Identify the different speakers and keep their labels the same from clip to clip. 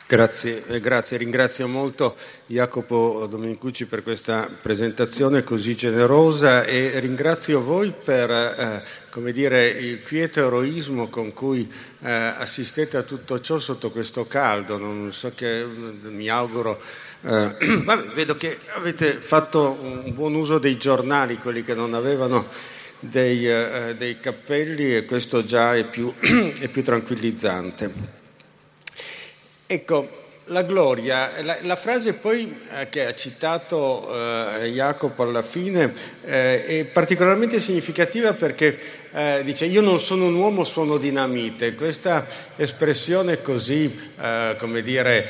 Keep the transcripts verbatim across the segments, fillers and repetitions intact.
Speaker 1: Grazie, eh, grazie, ringrazio molto Jacopo Domenicucci per questa presentazione così generosa e ringrazio voi per eh, come dire, il quieto eroismo con cui eh, assistete a tutto ciò sotto questo caldo. Non so che mi auguro. Eh, vabbè, vedo che avete fatto un buon uso dei giornali, quelli che non avevano dei, eh, dei cappelli, e questo già è più, è più tranquillizzante. Ecco, la gloria, la, la frase poi eh, che ha citato eh, Jacopo alla fine eh, è particolarmente significativa perché eh, dice io non sono un uomo, sono dinamite. Questa espressione così, eh, come dire,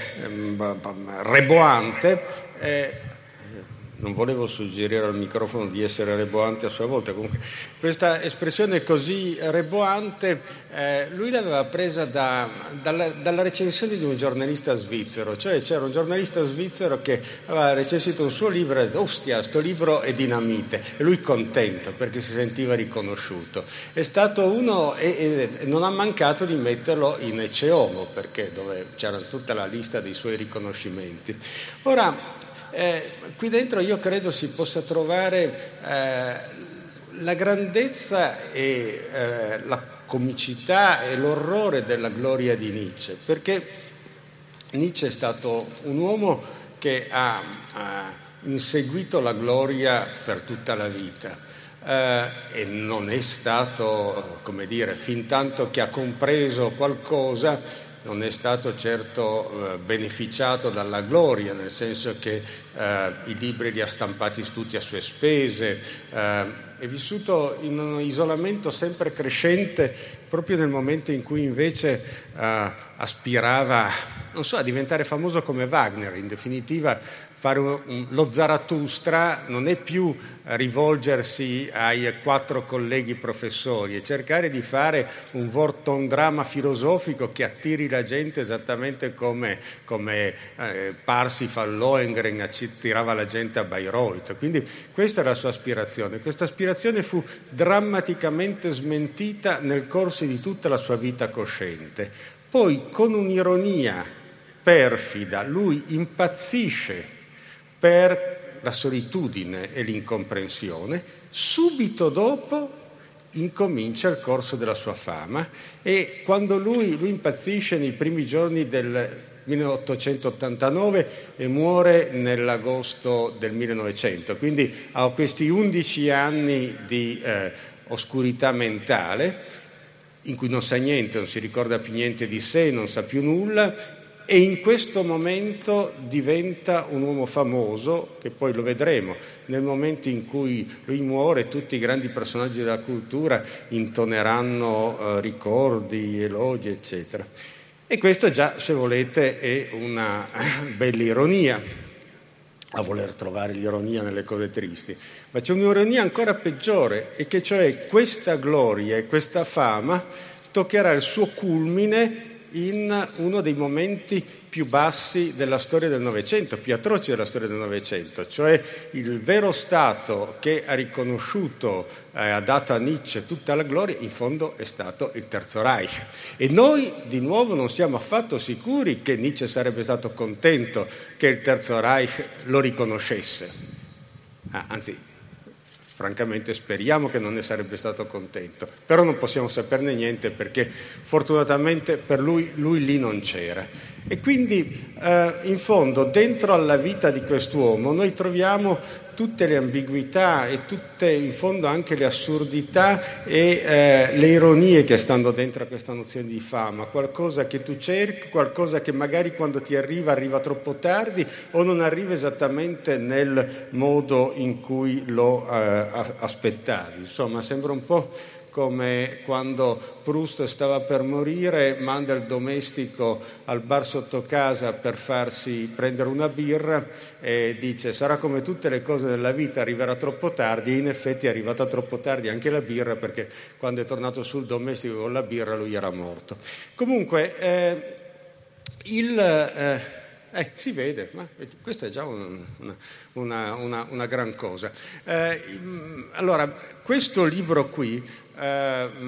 Speaker 1: reboante, eh, non volevo suggerire al microfono di essere reboante a sua volta, comunque questa espressione così reboante eh, lui l'aveva presa da, dalla, dalla recensione di un giornalista svizzero, cioè c'era un giornalista svizzero che aveva recensito un suo libro e ha detto ostia, sto libro è dinamite, e lui contento perché si sentiva riconosciuto. È stato uno e, e non ha mancato di metterlo in Ecce Homo, perché dove c'era tutta la lista dei suoi riconoscimenti. Ora, Eh, qui dentro io credo si possa trovare eh, la grandezza e eh, la comicità e l'orrore della gloria di Nietzsche, perché Nietzsche è stato un uomo che ha, ha inseguito la gloria per tutta la vita eh, e non è stato, come dire, fin tanto che ha compreso qualcosa, non è stato certo eh, beneficiato dalla gloria, nel senso che eh, i libri li ha stampati tutti a sue spese, eh, è vissuto in un isolamento sempre crescente proprio nel momento in cui invece eh, aspirava, non so, a diventare famoso come Wagner. In definitiva, fare un, un, lo Zarathustra non è più rivolgersi ai quattro colleghi professori, è cercare di fare un Wortondramma filosofico che attiri la gente esattamente come, come eh, Parsifal Lohengrin attirava la gente a Bayreuth. Quindi questa era la sua aspirazione. Questa aspirazione fu drammaticamente smentita nel corso di tutta la sua vita cosciente. Poi, con un'ironia perfida, lui impazzisce per la solitudine e l'incomprensione. Subito dopo incomincia il corso della sua fama e quando lui, lui impazzisce nei primi giorni del milleottocentottantanove e muore nell'agosto del millenovecento, quindi ha questi undici anni di eh, oscurità mentale in cui non sa niente, non si ricorda più niente di sé, non sa più nulla, e in questo momento diventa un uomo famoso, che poi lo vedremo. Nel momento in cui lui muore, tutti i grandi personaggi della cultura intoneranno eh, ricordi, elogi, eccetera. E questo già, se volete, è una bella ironia, a voler trovare l'ironia nelle cose tristi. Ma c'è un'ironia ancora peggiore, e che cioè questa gloria e questa fama toccherà il suo culmine in uno dei momenti più bassi della storia del Novecento, più atroci della storia del Novecento, cioè il vero Stato che ha riconosciuto, eh, ha dato a Nietzsche tutta la gloria, in fondo è stato il Terzo Reich. E noi di nuovo non siamo affatto sicuri che Nietzsche sarebbe stato contento che il Terzo Reich lo riconoscesse. Ah, anzi, francamente speriamo che non ne sarebbe stato contento, però non possiamo saperne niente perché fortunatamente per lui, lui lì non c'era. E quindi eh, in fondo dentro alla vita di quest'uomo noi troviamo tutte le ambiguità e tutte in fondo anche le assurdità e eh, le ironie che stanno dentro a questa nozione di fama, qualcosa che tu cerchi, qualcosa che magari quando ti arriva arriva troppo tardi o non arriva esattamente nel modo in cui lo eh, aspettavi. Insomma, sembra un po' come quando Proust stava per morire, manda il domestico al bar sotto casa per farsi prendere una birra e dice sarà come tutte le cose della vita, arriverà troppo tardi, e in effetti è arrivata troppo tardi anche la birra, perché quando è tornato sul domestico con la birra lui era morto. Comunque eh, il... Eh, Eh, si vede, ma questa è già un, una, una, una gran cosa. Eh, allora, questo libro qui eh,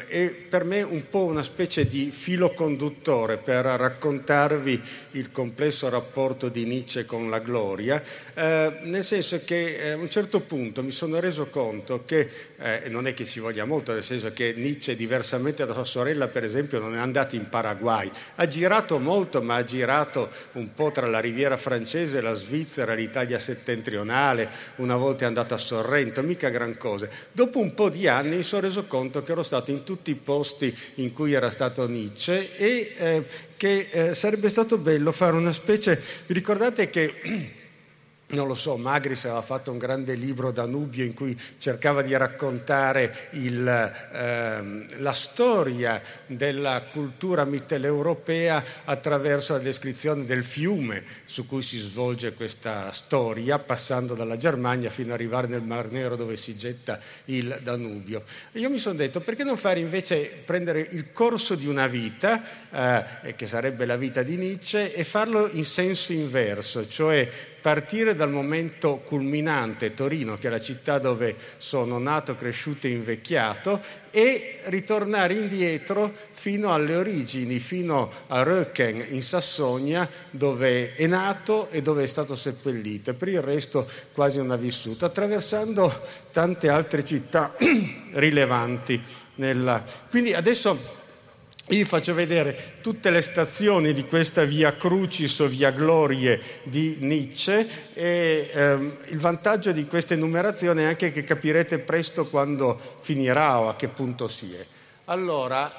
Speaker 1: è per me un po' una specie di filo conduttore per raccontarvi il complesso rapporto di Nietzsche con la gloria, eh, nel senso che eh, a un certo punto mi sono reso conto che, eh, non è che ci voglia molto, nel senso che Nietzsche, diversamente da sua sorella per esempio, non è andato in Paraguay, ha girato molto, ma ha girato un po' tra la Riviera francese, la Svizzera, l'Italia settentrionale, una volta è andato a Sorrento, mica gran cose. Dopo un po' di anni mi sono reso conto che ero stato in tutti i posti in cui era stato Nietzsche e eh, che eh, sarebbe stato bello fare una specie... Vi ricordate che... Non lo so, Magris aveva fatto un grande libro Danubio in cui cercava di raccontare il, ehm, la storia della cultura mitteleuropea attraverso la descrizione del fiume su cui si svolge questa storia, passando dalla Germania fino ad arrivare nel Mar Nero dove si getta il Danubio. E io mi sono detto, perché non fare invece prendere il corso di una vita, eh, che sarebbe la vita di Nietzsche, e farlo in senso inverso, cioè partire dal momento culminante, Torino, che è la città dove sono nato, cresciuto e invecchiato, e ritornare indietro fino alle origini, fino a Röcken in Sassonia, dove è nato e dove è stato seppellito, e per il resto quasi non ha vissuto, attraversando tante altre città rilevanti. Nella... Quindi adesso... Io vi faccio vedere tutte le stazioni di questa Via Crucis o Via Glorie di Nietzsche e ehm, il vantaggio di questa enumerazione è anche che capirete presto quando finirà o a che punto si è. Allora,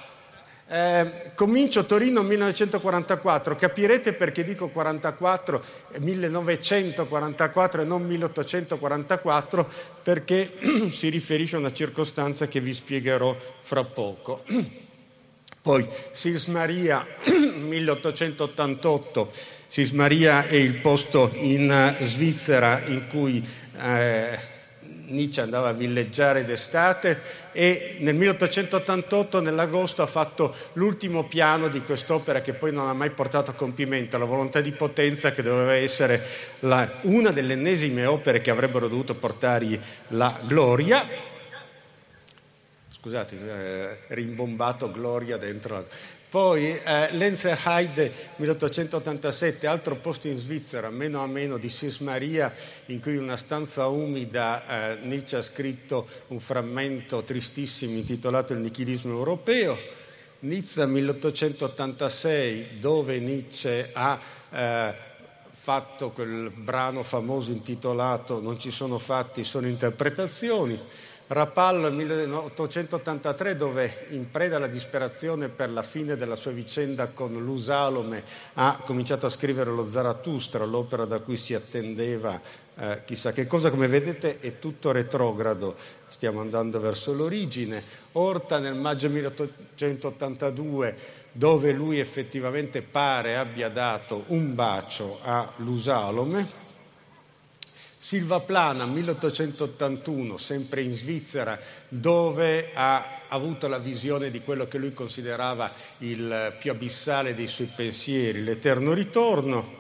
Speaker 1: eh, comincio Torino millenovecentoquarantaquattro, capirete perché dico quarantaquattro, millenovecentoquarantaquattro e non milleottocentoquarantaquattro, perché si riferisce a una circostanza che vi spiegherò fra poco. Poi Sils Maria, milleottocentottantotto, Sils Maria è il posto in Svizzera in cui eh, Nietzsche andava a villeggiare d'estate, e nel milleottocentottantotto, nell'agosto, ha fatto l'ultimo piano di quest'opera che poi non ha mai portato a compimento, La volontà di potenza, che doveva essere la, una delle ennesime opere che avrebbero dovuto portargli la gloria. Scusate, eh, rimbombato Gloria dentro. Poi eh, Lenzerheide, milleottocentottantasette, altro posto in Svizzera, meno a meno di Sils Maria, in cui in una stanza umida eh, Nietzsche ha scritto un frammento tristissimo intitolato Il nichilismo europeo. Nizza, milleottocentottantasei, dove Nietzsche ha eh, fatto quel brano famoso intitolato Non ci sono fatti, sono interpretazioni. Rapallo milleottocentottantatré, dove in preda alla disperazione per la fine della sua vicenda con Lusalome ha cominciato a scrivere lo Zarathustra, l'opera da cui si attendeva eh, chissà che cosa. Come vedete è tutto retrogrado, stiamo andando verso l'origine. Orta nel maggio milleottocentottantadue, dove lui effettivamente pare abbia dato un bacio a Lusalome. Silvaplana, milleottocentottantuno, sempre in Svizzera, dove ha avuto la visione di quello che lui considerava il più abissale dei suoi pensieri, l'eterno ritorno.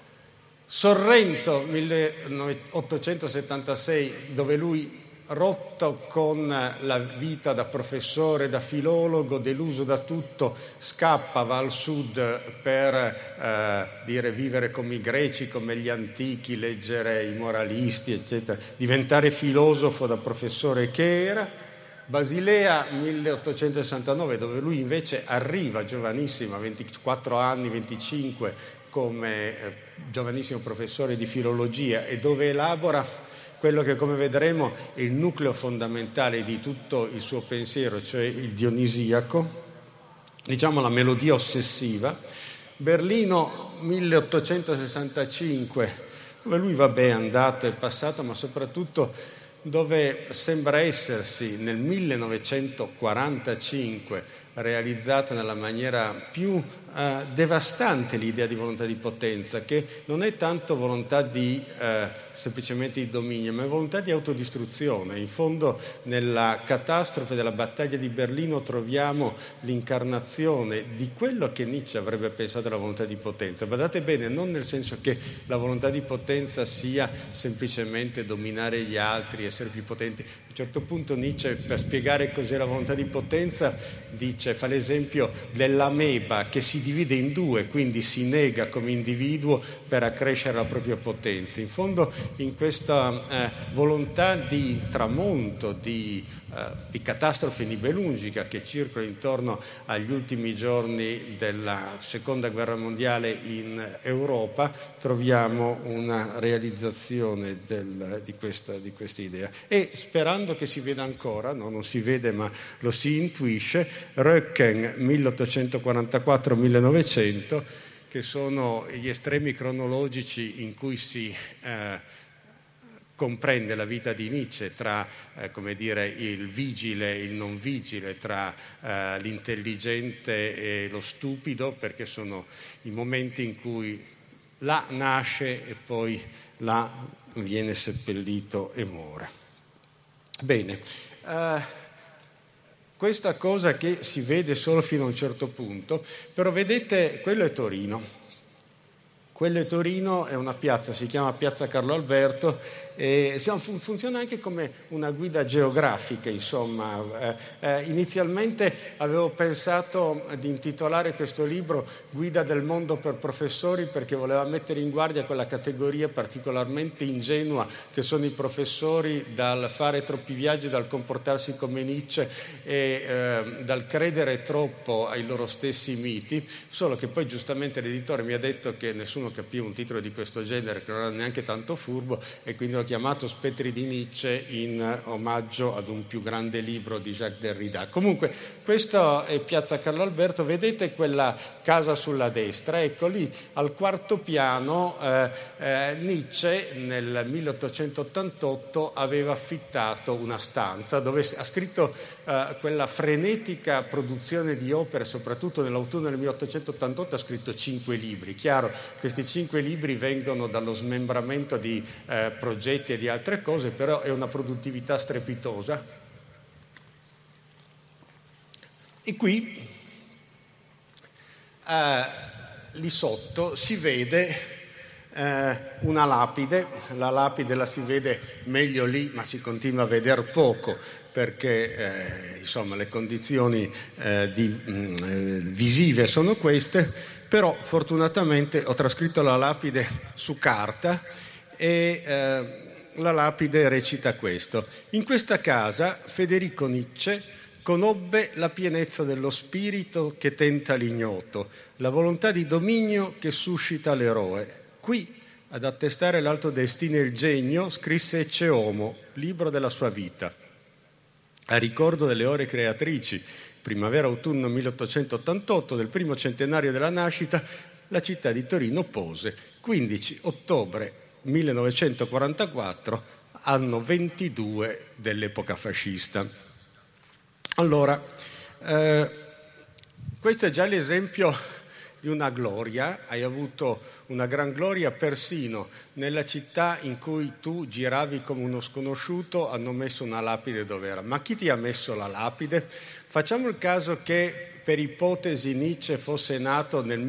Speaker 1: Sorrento, milleottocentosettantasei, dove lui, rotto con la vita da professore, da filologo, deluso da tutto, scappa, va al sud per eh, dire vivere come i greci, come gli antichi, leggere i moralisti, eccetera, diventare filosofo da professore che era. Basilea, milleottocentosessantanove, dove lui invece arriva giovanissimo, a ventiquattro anni, venticinque, come eh, giovanissimo professore di filologia, e dove elabora quello che, come vedremo, è il nucleo fondamentale di tutto il suo pensiero, cioè il dionisiaco, diciamo la melodia ossessiva. Berlino, milleottocentosessantacinque, dove lui, vabbè, è andato, è passato, ma soprattutto dove sembra essersi nel millenovecentoquarantacinque realizzata nella maniera più eh, devastante l'idea di volontà di potenza, che non è tanto volontà di eh, semplicemente di dominio, ma è volontà di autodistruzione. In fondo nella catastrofe della battaglia di Berlino troviamo l'incarnazione di quello che Nietzsche avrebbe pensato alla volontà di potenza. Guardate bene, non nel senso che la volontà di potenza sia semplicemente dominare gli altri, essere più potenti, un certo punto Nietzsche, per spiegare cos'è la volontà di potenza, dice, fa l'esempio dell'ameba che si divide in due, quindi si nega come individuo per accrescere la propria potenza. In fondo, in questa eh, volontà di tramonto, di, eh, di catastrofe nibelungica che circola intorno agli ultimi giorni della Seconda Guerra Mondiale in Europa, troviamo una realizzazione del, di questa di questa idea. E sperando che si veda ancora, no, non si vede ma lo si intuisce, Röcken milleottocentoquarantaquattro millenovecento, che sono gli estremi cronologici in cui si eh, comprende la vita di Nietzsche tra eh, come dire, il vigile e il non vigile, tra eh, l'intelligente e lo stupido, perché sono i momenti in cui là nasce e poi là viene seppellito e muore. Bene, uh, questa cosa che si vede solo fino a un certo punto, però vedete, quello è Torino. Quello è Torino, è una piazza, si chiama Piazza Carlo Alberto, e funziona anche come una guida geografica, insomma. Eh, eh, inizialmente avevo pensato di intitolare questo libro Guida del mondo per professori, perché voleva mettere in guardia quella categoria particolarmente ingenua che sono i professori dal fare troppi viaggi, dal comportarsi come Nietzsche e eh, dal credere troppo ai loro stessi miti, solo che poi giustamente l'editore mi ha detto che nessuno capiva un titolo di questo genere, che non era neanche tanto furbo, e quindi l'ho chiamato Spettri di Nietzsche in omaggio ad un più grande libro di Jacques Derrida. Comunque, questa è Piazza Carlo Alberto, vedete quella casa sulla destra, ecco lì al quarto piano eh, eh, Nietzsche nel milleottocentottantotto aveva affittato una stanza dove ha scritto eh, quella frenetica produzione di opere, soprattutto nell'autunno del milleottocentottantotto ha scritto cinque libri. Chiaro, questi cinque libri vengono dallo smembramento di eh, progetti e di altre cose, però è una produttività strepitosa. E qui eh, lì sotto si vede eh, una lapide, la lapide la si vede meglio lì, ma si continua a vedere poco, perché eh, insomma le condizioni eh, di, mh, visive sono queste, però fortunatamente ho trascritto la lapide su carta e eh, la lapide recita questo: in questa casa Federico Nietzsche conobbe la pienezza dello spirito che tenta l'ignoto, la volontà di dominio che suscita l'eroe. Qui, ad attestare l'alto destino e il genio, scrisse Ecce Homo, libro della sua vita. A ricordo delle ore creatrici, primavera-autunno milleottocentottantotto, del primo centenario della nascita, la città di Torino pose quindici ottobre millenovecentoquarantaquattro, anno ventidue dell'epoca fascista. Allora, eh, questo è già l'esempio di una gloria. Hai avuto una gran gloria persino nella città in cui tu giravi come uno sconosciuto, hanno messo una lapide dove era. Ma chi ti ha messo la lapide? Facciamo il caso che per ipotesi Nietzsche fosse nato nel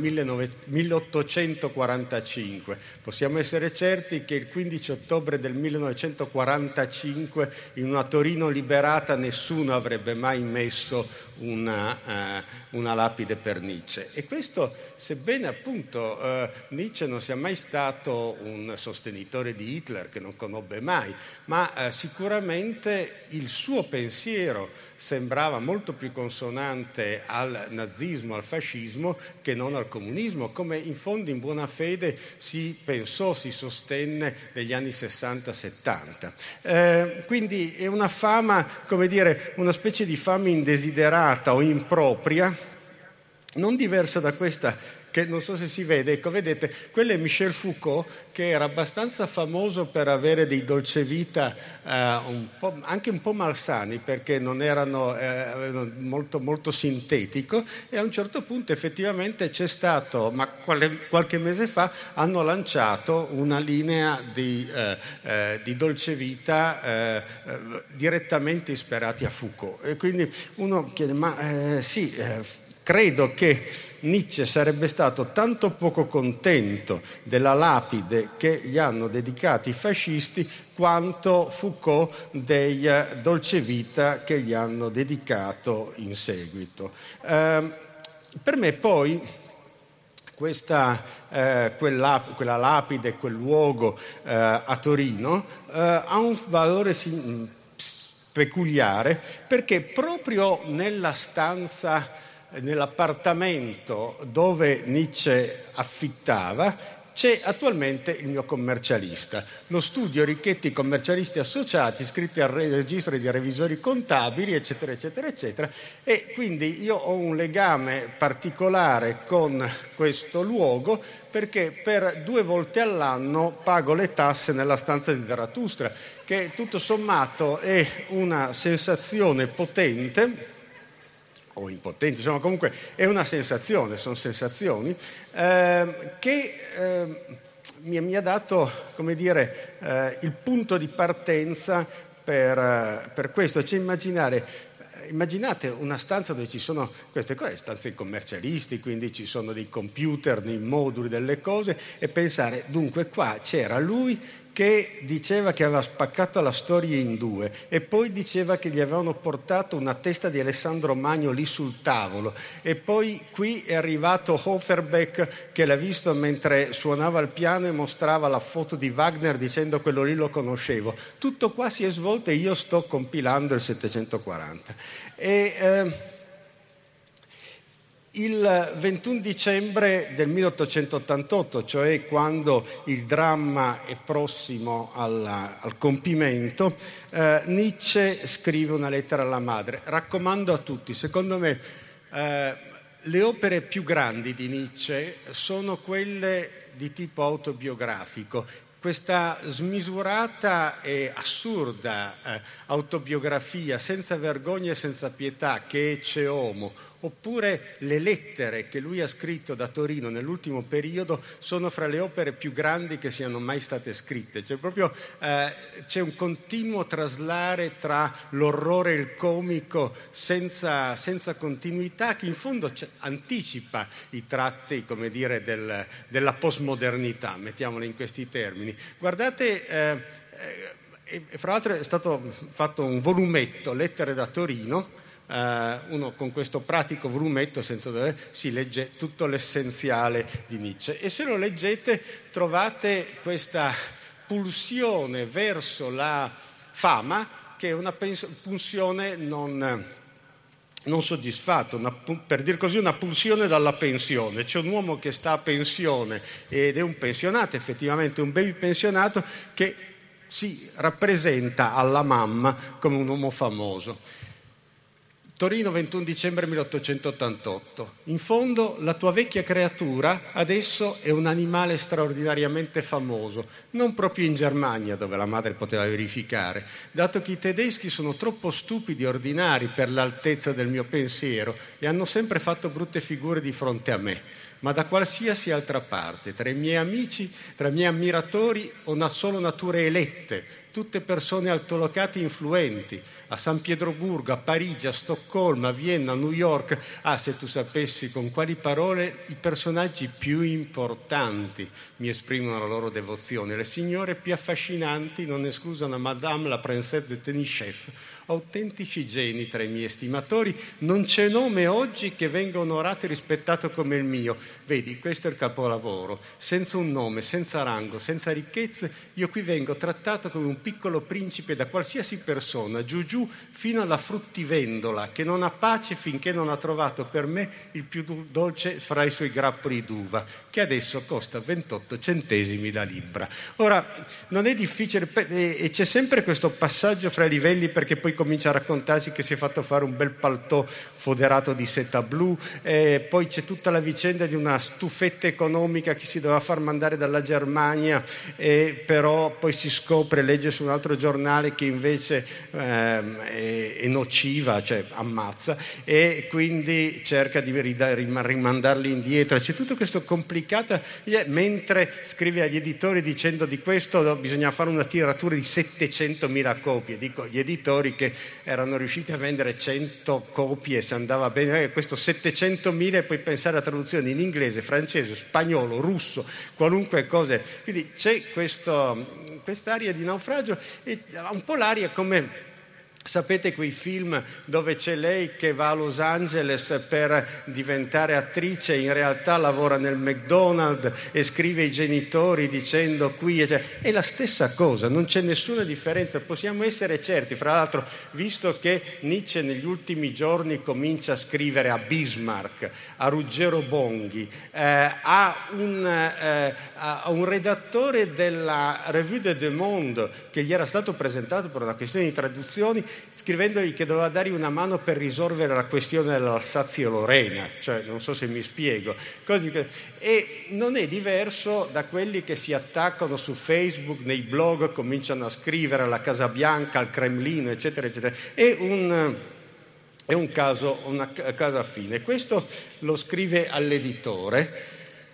Speaker 1: milleottocentoquarantacinque. Possiamo essere certi che il quindici ottobre del millenovecentoquarantacinque in una Torino liberata nessuno avrebbe mai messo una, uh, una lapide per Nietzsche. E questo, sebbene appunto uh, Nietzsche non sia mai stato un sostenitore di Hitler, che non conobbe mai, ma uh, sicuramente il suo pensiero sembrava molto più consonante al nazismo, al fascismo, che non al comunismo, come in fondo in buona fede si pensò, si sostenne negli anni sessanta settanta. Eh, quindi è una fama, come dire, una specie di fama indesiderata o impropria, non diversa da questa che non so se si vede, ecco, vedete, quello è Michel Foucault, che era abbastanza famoso per avere dei dolcevita eh, un po', anche un po' malsani, perché non erano eh, molto, molto sintetico, e a un certo punto effettivamente c'è stato, ma quale, qualche mese fa hanno lanciato una linea di, eh, eh, di dolcevita eh, eh, direttamente ispirati a Foucault. E quindi uno chiede, ma eh, sì, eh, credo che Nietzsche sarebbe stato tanto poco contento della lapide che gli hanno dedicato i fascisti quanto Foucault dei dolcevita che gli hanno dedicato in seguito. Eh, per me poi questa, eh, quella, quella lapide, quel luogo eh, a Torino eh, ha un valore sim- peculiare perché proprio nella stanza, nell'appartamento dove Nietzsche affittava, c'è attualmente il mio commercialista, lo studio Richetti Commercialisti Associati, iscritti al registro di revisori contabili, eccetera, eccetera, eccetera, e quindi io ho un legame particolare con questo luogo perché per due volte all'anno pago le tasse nella stanza di Zarathustra, che tutto sommato è una sensazione potente, o impotenti, insomma comunque è una sensazione, sono sensazioni, eh, che eh, mi, mi ha dato, come dire, eh, il punto di partenza per, eh, per questo, cioè immaginare, immaginate una stanza dove ci sono queste cose, stanze di commercialisti, quindi ci sono dei computer, dei moduli, delle cose, e pensare, dunque qua c'era lui che diceva che aveva spaccato la storia in due e poi diceva che gli avevano portato una testa di Alessandro Magno lì sul tavolo e poi qui è arrivato Hoferbeck che l'ha visto mentre suonava il piano e mostrava la foto di Wagner dicendo quello lì lo conoscevo. Tutto qua si è svolto e io sto compilando il settecentoquaranta. E, eh, il ventuno dicembre del milleottocentottantotto, cioè quando il dramma è prossimo alla, al compimento, eh, Nietzsche scrive una lettera alla madre. Raccomando a tutti, secondo me eh, le opere più grandi di Nietzsche sono quelle di tipo autobiografico. Questa smisurata e assurda eh, autobiografia senza vergogna e senza pietà che è Ecce Homo, oppure le lettere che lui ha scritto da Torino nell'ultimo periodo sono fra le opere più grandi che siano mai state scritte. Cioè proprio eh, c'è un continuo traslare tra l'orrore e il comico senza, senza continuità che in fondo anticipa i tratti, come dire, del, della postmodernità, mettiamolo in questi termini. Guardate, eh, eh, fra l'altro è stato fatto un volumetto, Lettere da Torino, Uh, uno con questo pratico volumetto senza dove si legge tutto l'essenziale di Nietzsche e se lo leggete trovate questa pulsione verso la fama che è una pens- pulsione non, non soddisfatta, una, per dir così una pulsione dalla pensione. C'è un uomo che sta a pensione ed è un pensionato, effettivamente un baby pensionato che si rappresenta alla mamma come un uomo famoso. Torino, ventuno dicembre milleottocentottantotto. In fondo la tua vecchia creatura adesso è un animale straordinariamente famoso, non proprio in Germania dove la madre poteva verificare, dato che i tedeschi sono troppo stupidi e ordinari per l'altezza del mio pensiero e hanno sempre fatto brutte figure di fronte a me. Ma da qualsiasi altra parte, tra i miei amici, tra i miei ammiratori, ho solo nature elette, tutte persone altolocate e influenti, a San Pietroburgo, a Parigi, a Stoccolma, a Vienna, a New York. Ah, se tu sapessi con quali parole i personaggi più importanti mi esprimono la loro devozione, le signore più affascinanti, non esclusa una Madame la Princesse de Tenishev, autentici geni tra i miei estimatori, non c'è nome oggi che venga onorato e rispettato come il mio. Vedi, questo è il capolavoro. Senza un nome, senza rango, senza ricchezze, io qui vengo trattato come un piccolo principe da qualsiasi persona, giù giù fino alla fruttivendola, che non ha pace finché non ha trovato per me il più dolce fra i suoi grappoli d'uva, che adesso costa ventotto centesimi la libbra. Ora, non è difficile, e c'è sempre questo passaggio fra i livelli perché poi comincia a raccontarsi che si è fatto fare un bel paltò foderato di seta blu, e poi c'è tutta la vicenda di una stufetta economica che si doveva far mandare dalla Germania, e però poi si scopre, legge su un altro giornale che invece ehm, è, è nociva, cioè ammazza, e quindi cerca di rimandarli indietro. C'è tutto questo complicato, mentre scrive agli editori dicendo di questo bisogna fare una tiratura di settecentomila copie. Dico, gli editori che perché erano riusciti a vendere cento copie, se andava bene, questo settecentomila, e poi pensare a traduzioni in inglese, francese, spagnolo, russo, qualunque cosa. Quindi c'è questo, quest'aria di naufragio e ha un po' l'aria come... Sapete quei film dove c'è lei che va a Los Angeles per diventare attrice, in realtà lavora nel McDonald's e scrive ai genitori dicendo qui, è la stessa cosa, non c'è nessuna differenza, possiamo essere certi. Fra l'altro, visto che Nietzsche negli ultimi giorni comincia a scrivere a Bismarck, a Ruggero Bonghi, eh, a, un, eh, a un redattore della Revue de deux Mondes che gli era stato presentato per una questione di traduzioni, scrivendogli che doveva dargli una mano per risolvere la questione dell'Alsazia-Lorena, cioè non so se mi spiego, e non è diverso da quelli che si attaccano su Facebook, nei blog, cominciano a scrivere alla Casa Bianca, al Cremlino, eccetera, eccetera. È un, è un caso, una casa affine. Questo lo scrive all'editore.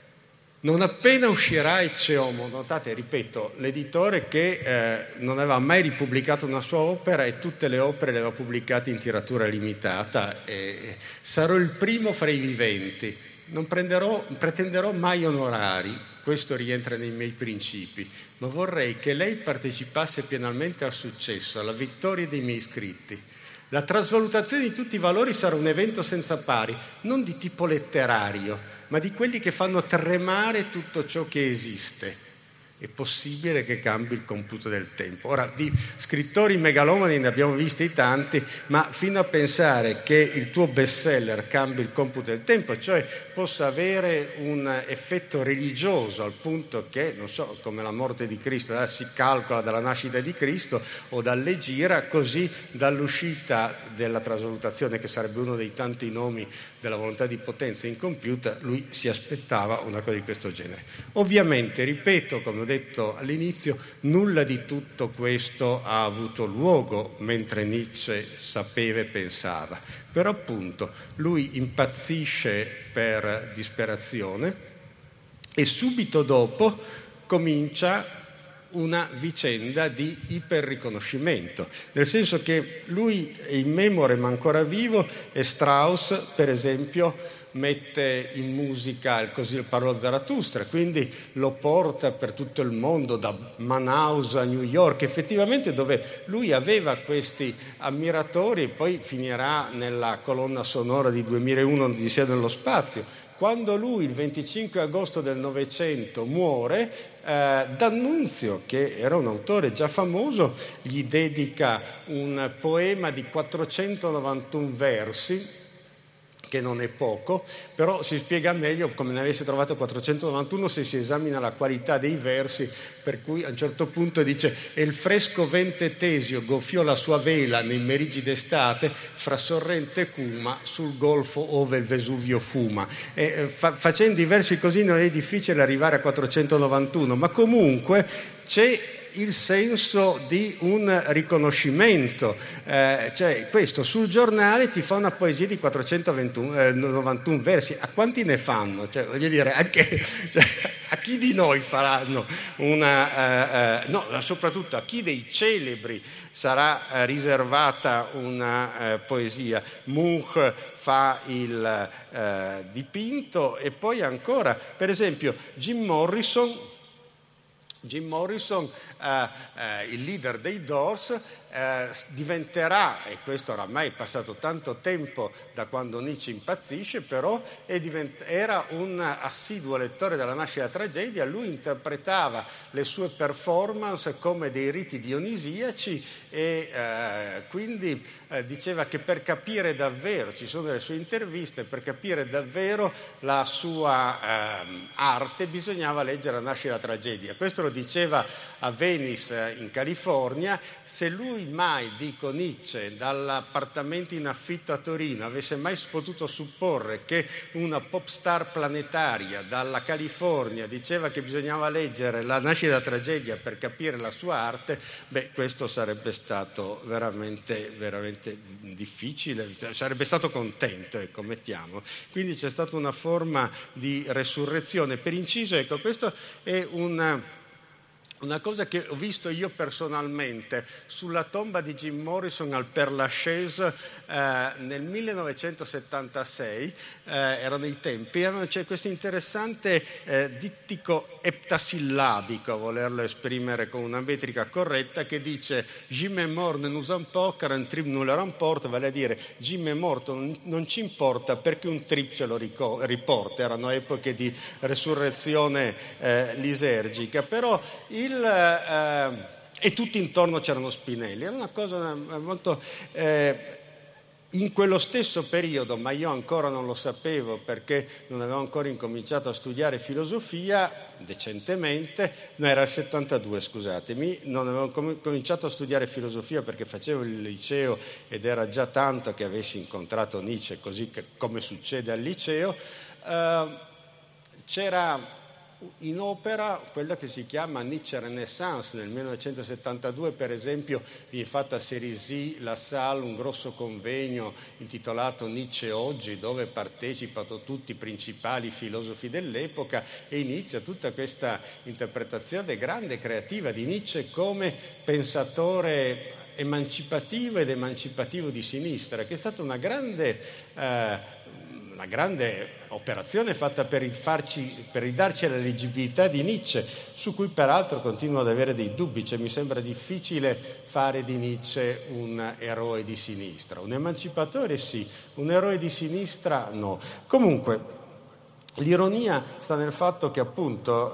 Speaker 1: Non appena uscirà Ecce Homo, notate, ripeto, l'editore che eh, non aveva mai ripubblicato una sua opera e tutte le opere le aveva pubblicate in tiratura limitata, e sarò il primo fra i viventi, non prenderò, pretenderò mai onorari, questo rientra nei miei principi, ma vorrei che lei partecipasse pienamente al successo, alla vittoria dei miei scritti. La trasvalutazione di tutti i valori sarà un evento senza pari, non di tipo letterario, ma di quelli che fanno tremare tutto ciò che esiste. È possibile che cambi il computo del tempo. Ora, di scrittori megalomani ne abbiamo visti tanti, ma fino a pensare che il tuo bestseller cambi il computo del tempo, cioè possa avere un effetto religioso al punto che, non so, come la morte di Cristo, eh, si calcola dalla nascita di Cristo o dall'Egira, così dall'uscita della trasvalutazione, che sarebbe uno dei tanti nomi della volontà di potenza incompiuta, lui si aspettava una cosa di questo genere. Ovviamente, ripeto, come ho detto all'inizio, nulla di tutto questo ha avuto luogo mentre Nietzsche sapeva e pensava, però appunto lui impazzisce per disperazione e subito dopo comincia una vicenda di iperriconoscimento, nel senso che lui in memore ma ancora vivo, e Strauss per esempio mette in musica il Così parlò Zarathustra, quindi lo porta per tutto il mondo, da Manaus a New York, effettivamente, dove lui aveva questi ammiratori, e poi finirà nella colonna sonora di duemilauno Odissea nello spazio. Quando lui il venticinque agosto del Novecento muore, eh, D'Annunzio, che era un autore già famoso, gli dedica un poema di quattrocentonovantuno versi, che non è poco, però si spiega meglio come ne avesse trovato quattrocentonovantuno se si esamina la qualità dei versi, per cui a un certo punto dice: e il fresco vente tesio goffiò la sua vela nei meriggi d'estate fra Sorrento e Cuma sul golfo ove il Vesuvio fuma. E, fa, facendo i versi così non è difficile arrivare a quattrocentonovantuno, ma comunque c'è il senso di un riconoscimento, eh, cioè questo sul giornale ti fa una poesia di quattrocentonovantuno versi, a quanti ne fanno? Cioè, voglio dire, anche, cioè, a chi di noi faranno una, eh, eh, no, soprattutto a chi dei celebri sarà eh, riservata una eh, poesia. Munch fa il eh, dipinto, e poi ancora, per esempio, Jim Morrison, Jim Morrison, eh, eh, il leader dei Doors, eh, diventerà, e questo oramai è passato tanto tempo da quando Nietzsche impazzisce, però è divent- era un assiduo lettore della Nascita della Tragedia. Lui interpretava le sue performance come dei riti dionisiaci, e eh, quindi eh, diceva che per capire davvero, ci sono delle sue interviste, per capire davvero la sua eh, arte bisognava leggere la Nascita della Tragedia. Questo lo diceva a Venice, in California. Se lui mai, dico Nietzsche, dall'appartamento in affitto a Torino avesse mai potuto supporre che una pop star planetaria dalla California diceva che bisognava leggere la Nascita della Tragedia per capire la sua arte, beh, questo sarebbe stato veramente, veramente difficile, sarebbe stato contento, ecco, mettiamo. Quindi c'è stata una forma di resurrezione. Per inciso, ecco, questo è un Una cosa che ho visto io personalmente sulla tomba di Jim Morrison al Père Lachaise eh, nel millenovecentosettantasei, eh, erano i tempi, c'è questo interessante eh, dittico eptasillabico, a volerlo esprimere con una metrica corretta, che dice Jim è morto, ne nous importa, un trip non le rapporta, vale a dire Jim è morto, non, non ci importa perché un trip ce lo rico- riporta. Erano epoche di resurrezione eh, lisergica, però il Il, eh, e tutti intorno c'erano Spinelli, era una cosa molto eh, in quello stesso periodo, ma io ancora non lo sapevo perché non avevo ancora incominciato a studiare filosofia decentemente, no, era il settantadue, scusatemi, non avevo com- cominciato a studiare filosofia perché facevo il liceo ed era già tanto che avessi incontrato Nietzsche, così che, come succede al liceo. eh, c'era in opera quella che si chiama Nietzsche Renaissance. Nel millenovecentosettantadue, per esempio, viene fatta a Cerisy La Salle un grosso convegno intitolato Nietzsche oggi, dove partecipano tutti i principali filosofi dell'epoca e inizia tutta questa interpretazione grande e creativa di Nietzsche come pensatore emancipativo ed emancipativo di sinistra, che è stata una grande eh, una grande operazione fatta per, farci, per ridarci la leggibilità di Nietzsche, su cui peraltro continuo ad avere dei dubbi, cioè mi sembra difficile fare di Nietzsche un eroe di sinistra. Un emancipatore sì, un eroe di sinistra no. Comunque, l'ironia sta nel fatto che appunto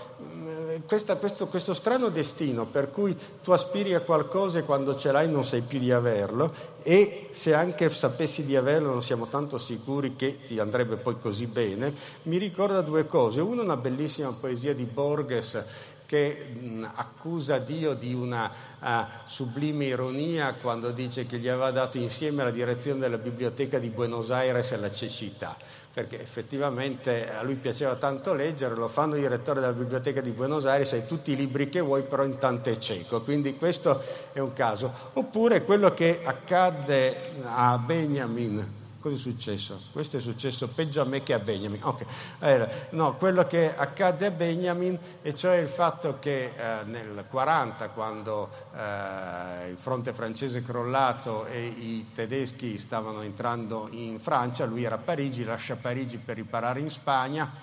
Speaker 1: eh, questa, questo, questo strano destino per cui tu aspiri a qualcosa e quando ce l'hai non sai più di averlo, e se anche sapessi di averlo non siamo tanto sicuri che ti andrebbe poi così bene, mi ricorda due cose. Uno, una bellissima poesia di Borges che mh, accusa Dio di una uh, sublime ironia quando dice che gli aveva dato insieme la direzione della biblioteca di Buenos Aires e la cecità, perché effettivamente a lui piaceva tanto leggere, lo fanno direttore della biblioteca di Buenos Aires, hai tutti i libri che vuoi, però intanto è cieco, quindi questo è un caso. Oppure quello che accadde a Benjamin. Cosa è successo? Questo è successo peggio a me che a Benjamin. Okay. Eh, no, quello che accadde a Benjamin, e cioè il fatto che eh, nel quaranta, quando eh, il fronte francese è crollato e i tedeschi stavano entrando in Francia, lui era a Parigi, lascia Parigi per riparare in Spagna,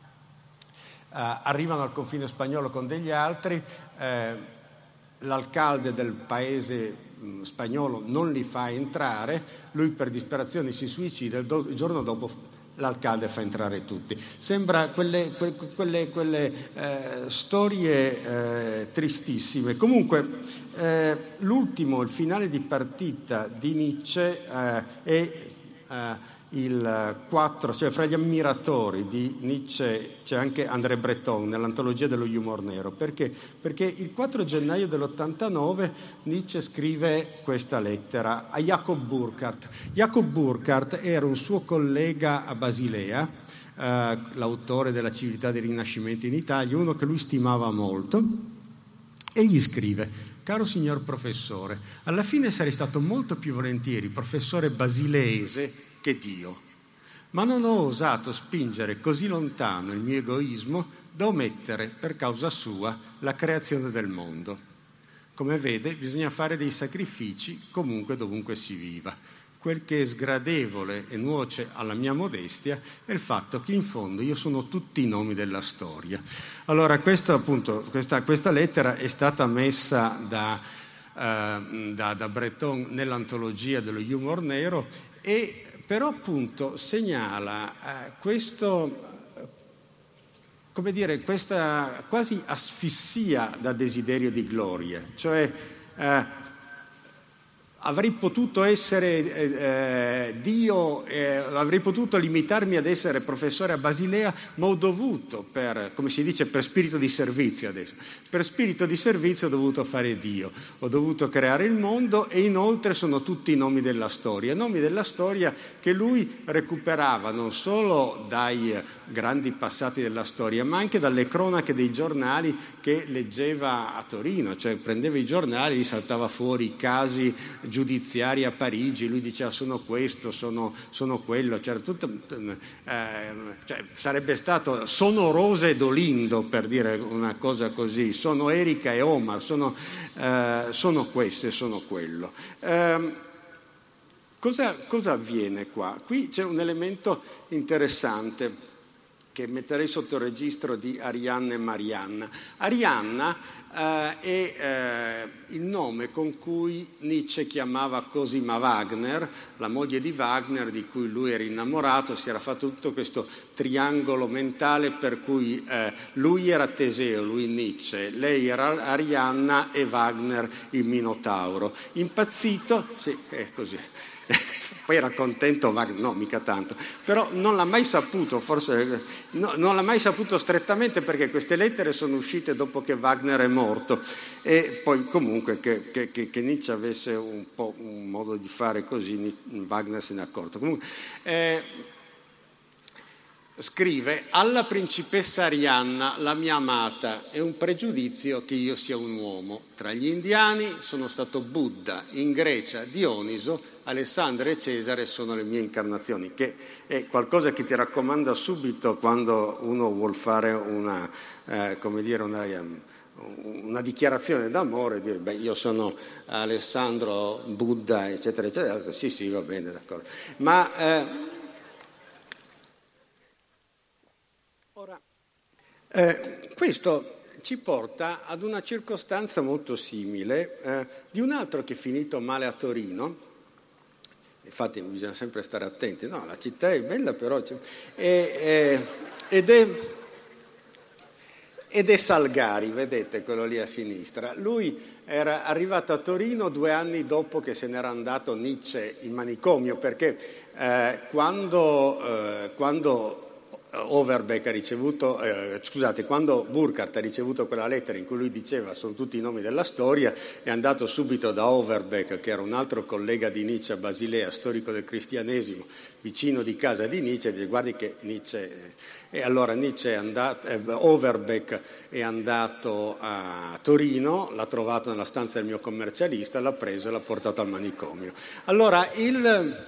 Speaker 1: eh, arrivano al confine spagnolo con degli altri, eh, l'alcalde del paese spagnolo non li fa entrare, lui per disperazione si suicida, il, do, il giorno dopo l'alcalde fa entrare tutti. Sembra quelle, que, quelle, quelle eh, storie eh, tristissime. Comunque eh, l'ultimo, il finale di partita di Nietzsche eh, è eh, il quattro, cioè fra gli ammiratori di Nietzsche c'è anche André Breton nell'antologia dello humor nero. Perché? Perché il quattro gennaio dell'ottantanove Nietzsche scrive questa lettera a Jacob Burckhardt. Jacob Burckhardt era un suo collega a Basilea, eh, l'autore della Civiltà del Rinascimento in Italia, uno che lui stimava molto, e gli scrive: caro signor professore, alla fine sarei stato molto più volentieri professore basileese che Dio, ma non ho osato spingere così lontano il mio egoismo da omettere per causa sua la creazione del mondo. Come vede, bisogna fare dei sacrifici comunque dovunque si viva. Quel che è sgradevole e nuoce alla mia modestia è il fatto che in fondo io sono tutti i nomi della storia. Allora, questo, appunto, questa, questa lettera è stata messa da, uh, da, da Breton nell'antologia dello humor nero, e però appunto segnala eh, questo, come dire, questa quasi asfissia da desiderio di gloria, cioè eh, avrei potuto essere eh, Dio, eh, avrei potuto limitarmi ad essere professore a Basilea, ma ho dovuto, per, come si dice, per spirito di servizio adesso, per spirito di servizio ho dovuto fare Dio, ho dovuto creare il mondo, e inoltre sono tutti i nomi della storia, nomi della storia che lui recuperava non solo dai grandi passati della storia, ma anche dalle cronache dei giornali che leggeva a Torino, cioè prendeva i giornali, gli saltava fuori i casi giudiziari a Parigi, lui diceva sono questo, sono, sono quello, c'era tutto, eh, cioè, sarebbe stato sono Rosa e Dolindo, per dire una cosa così, sono Erika e Omar, sono, eh, sono questo e sono quello. Eh, cosa, cosa avviene qua? Qui c'è un elemento interessante che metterei sotto il registro di Arianna e Marianna. Arianna eh, è eh, il nome con cui Nietzsche chiamava Cosima Wagner, la moglie di Wagner, di cui lui era innamorato. Si era fatto tutto questo triangolo mentale per cui eh, lui era Teseo, lui Nietzsche, lei era Arianna e Wagner il Minotauro. Impazzito, sì, è così. Poi era contento, no, mica tanto, però non l'ha mai saputo, forse no, non l'ha mai saputo strettamente, perché queste lettere sono uscite dopo che Wagner è morto, e poi comunque che, che, che Nietzsche avesse un po' un modo di fare così, Wagner se ne è accorto. Comunque, eh, scrive: alla principessa Arianna, la mia amata, è un pregiudizio che io sia un uomo. Tra gli indiani sono stato Buddha, in Grecia Dioniso, Alessandro e Cesare sono le mie incarnazioni, che è qualcosa che ti raccomanda subito quando uno vuol fare una, eh, come dire, una, una dichiarazione d'amore, dire beh, io sono Alessandro, Buddha, eccetera, eccetera. Sì, sì, va bene, d'accordo. Ma eh, ora, eh, questo ci porta ad una circostanza molto simile eh, di un altro che è finito male a Torino. Infatti bisogna sempre stare attenti, no, la città è bella, però c'è, e, e, ed, è, ed è Salgari, vedete quello lì a sinistra. Lui era arrivato a Torino due anni dopo che se n'era andato Nietzsche in manicomio, perché eh, quando, eh, quando Overbeck ha ricevuto, eh, scusate, quando Burckhardt ha ricevuto quella lettera in cui lui diceva sono tutti i nomi della storia, è andato subito da Overbeck, che era un altro collega di Nietzsche a Basilea, storico del cristianesimo, vicino di casa di Nietzsche, e dice guardi che Nietzsche... E allora Nietzsche è andato, eh, Overbeck è andato a Torino, l'ha trovato nella stanza del mio commercialista, l'ha preso e l'ha portato al manicomio. Allora, il...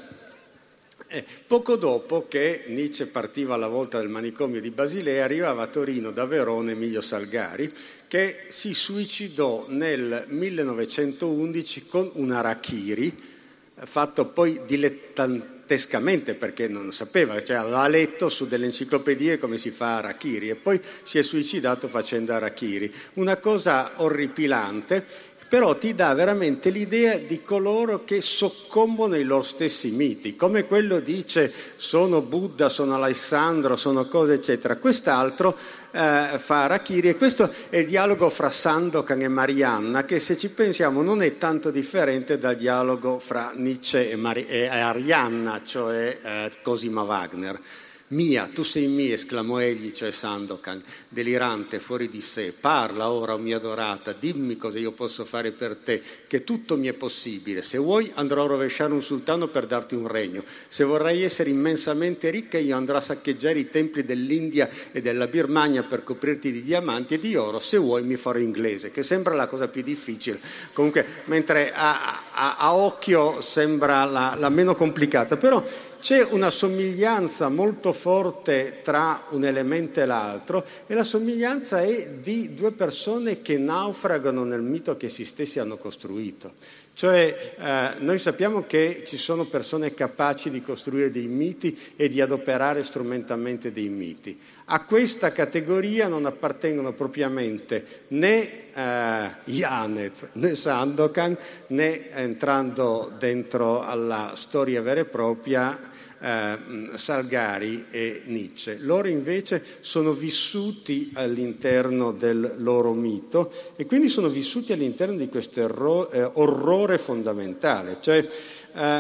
Speaker 1: Eh, poco dopo che Nietzsche partiva alla volta del manicomio di Basilea, arrivava a Torino da Verona Emilio Salgari, che si suicidò nel millenovecentoundici con un harakiri, fatto poi dilettantescamente perché non sapeva, cioè aveva letto su delle enciclopedie come si fa harakiri e poi si è suicidato facendo harakiri. Una cosa orripilante, però ti dà veramente l'idea di coloro che soccombono ai loro stessi miti, come quello dice sono Buddha, sono Alessandro, sono cose eccetera. Quest'altro eh, fa harakiri, e questo è il dialogo fra Sandokan e Marianna, che se ci pensiamo non è tanto differente dal dialogo fra Nietzsche e, Mari- e Arianna, cioè eh, Cosima Wagner. Mia, tu sei mia, esclamò egli, cioè Sandokan, delirante, fuori di sé. Parla ora, o mia adorata, dimmi cosa io posso fare per te, che tutto mi è possibile. Se vuoi andrò a rovesciare un sultano per darti un regno. Se vorrai essere immensamente ricca, io andrò a saccheggiare i templi dell'India e della Birmania per coprirti di diamanti e di oro. Se vuoi mi farò inglese, che sembra la cosa più difficile. Comunque, mentre a, a, a occhio sembra la, la meno complicata, però c'è una somiglianza molto forte tra un elemento e l'altro, e la somiglianza è di due persone che naufragano nel mito che essi stessi hanno costruito. Cioè eh, noi sappiamo che ci sono persone capaci di costruire dei miti e di adoperare strumentalmente dei miti. A questa categoria non appartengono propriamente né eh, Yanez né Sandokan, né entrando dentro alla storia vera e propria Eh, Salgari e Nietzsche. Loro invece sono vissuti all'interno del loro mito e quindi sono vissuti all'interno di questo erro- eh, orrore fondamentale. Cioè, eh,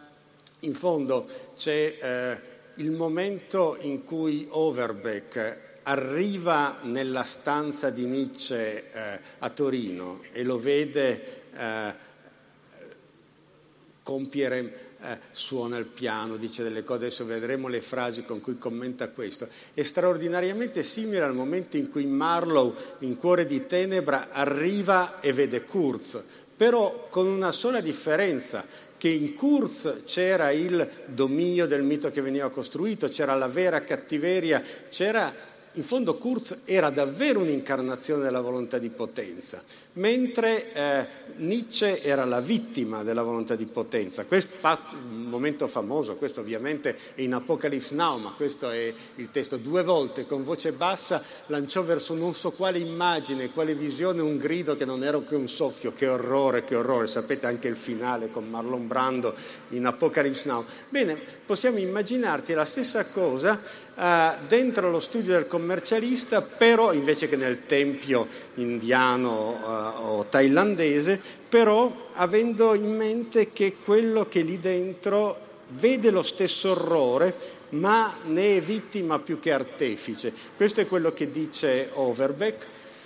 Speaker 1: in fondo c'è eh, il momento in cui Overbeck arriva nella stanza di Nietzsche eh, a Torino e lo vede eh, compiere Eh, suona il piano, dice delle cose, adesso vedremo le frasi con cui commenta questo. È straordinariamente simile al momento in cui Marlowe, in Cuore di tenebra, arriva e vede Kurz, però con una sola differenza, che in Kurz c'era il dominio del mito che veniva costruito, c'era la vera cattiveria, c'era... In fondo Kurz era davvero un'incarnazione della volontà di potenza, mentre eh, Nietzsche era la vittima della volontà di potenza. Questo fa un momento famoso, questo ovviamente è in Apocalypse Now, ma questo è il testo. Due volte con voce bassa lanciò verso non so quale immagine, quale visione un grido che non era che un soffio. Che orrore, che orrore. Sapete anche il finale con Marlon Brando in Apocalypse Now. Bene, possiamo immaginarti la stessa cosa Uh, dentro lo studio del commercialista, però invece che nel tempio indiano uh, o thailandese, però avendo in mente che quello che lì dentro vede lo stesso orrore, ma ne è vittima più che artefice. Questo è quello che dice Overbeck.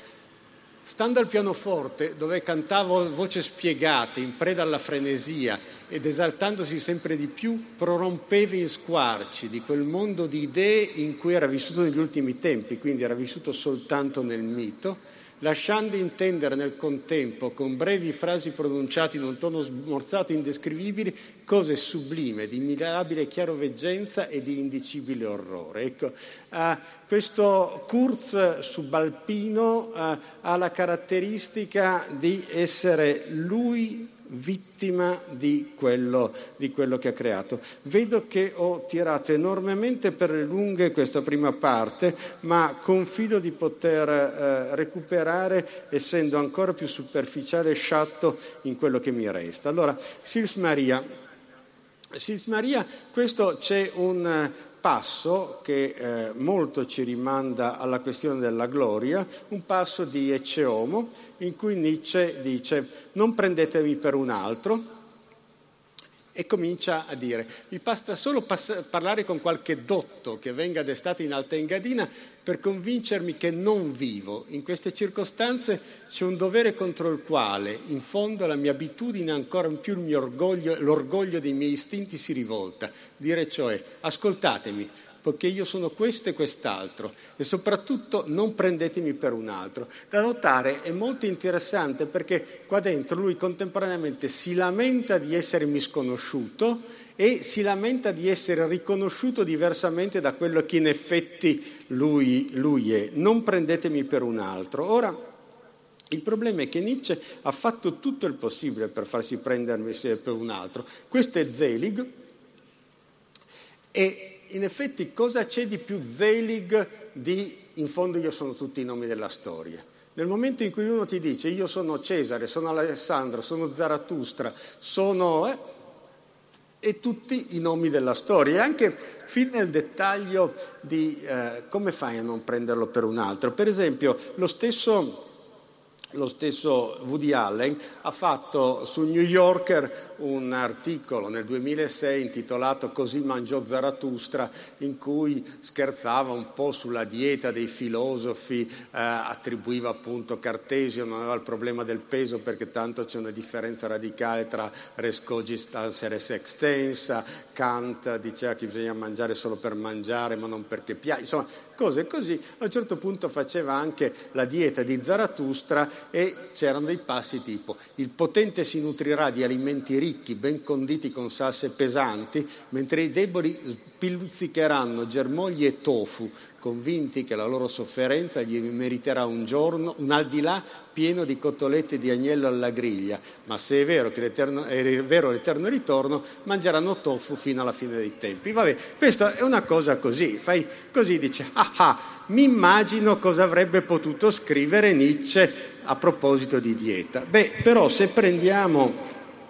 Speaker 1: Stando al pianoforte, dove cantavo voce spiegate, in preda alla frenesia ed esaltandosi sempre di più, prorompeva in squarci di quel mondo di idee in cui era vissuto negli ultimi tempi, quindi era vissuto soltanto nel mito, lasciando intendere nel contempo, con brevi frasi pronunciate in un tono smorzato e indescrivibili, cose sublime, di mirabile chiaroveggenza e di indicibile orrore. Ecco, uh, questo Kurz subalpino uh, ha la caratteristica di essere lui vittima di quello, di quello che ha creato. Vedo che ho tirato enormemente per le lunghe questa prima parte, ma confido di poter eh, recuperare essendo ancora più superficiale e sciatto in quello che mi resta. Allora, Sils Maria. Sils Maria, questo c'è un passo che eh, molto ci rimanda alla questione della gloria, un passo di Ecce Homo, in cui Nietzsche dice non prendetemi per un altro, e comincia a dire mi basta solo pass- parlare con qualche dotto che venga d'estate in Alta Engadina per convincermi che non vivo. In queste circostanze c'è un dovere contro il quale, in fondo, la mia abitudine, ancora in più il mio orgoglio, l'orgoglio dei miei istinti si rivolta. Dire cioè, ascoltatemi, poiché io sono questo e quest'altro, e soprattutto non prendetemi per un altro. Da notare è molto interessante perché qua dentro lui contemporaneamente si lamenta di essere misconosciuto e si lamenta di essere riconosciuto diversamente da quello che in effetti lui, lui è. Non prendetemi per un altro. Ora, il problema è che Nietzsche ha fatto tutto il possibile per farsi prendermi per un altro. Questo è Zelig, e in effetti cosa c'è di più Zelig di in fondo io sono tutti i nomi della storia? Nel momento in cui uno ti dice io sono Cesare, sono Alessandro, sono Zarathustra, sono... Eh, e tutti i nomi della storia, e anche fin nel dettaglio di eh, come fai a non prenderlo per un altro. Per esempio, lo stesso, lo stesso Woody Allen ha fatto su New Yorker un articolo nel duemilasei intitolato Così mangiò Zarathustra, in cui scherzava un po' sulla dieta dei filosofi, eh, attribuiva appunto Cartesio, non aveva il problema del peso perché tanto c'è una differenza radicale tra res cogitans e res extensa, Kant diceva che bisogna mangiare solo per mangiare ma non perché piace, insomma cose così. A un certo punto faceva anche la dieta di Zarathustra e c'erano dei passi tipo il potente si nutrirà di alimenti ricchi ben conditi con salse pesanti, mentre i deboli spilluzzicheranno germogli e tofu, convinti che la loro sofferenza gli meriterà un giorno, un aldilà pieno di cotolette di agnello alla griglia, ma se è vero che l'eterno, è vero l'eterno ritorno, mangeranno tofu fino alla fine dei tempi. Vabbè, questa è una cosa così, fai così, dice, ah ah, mi immagino cosa avrebbe potuto scrivere Nietzsche a proposito di dieta. Beh, però se prendiamo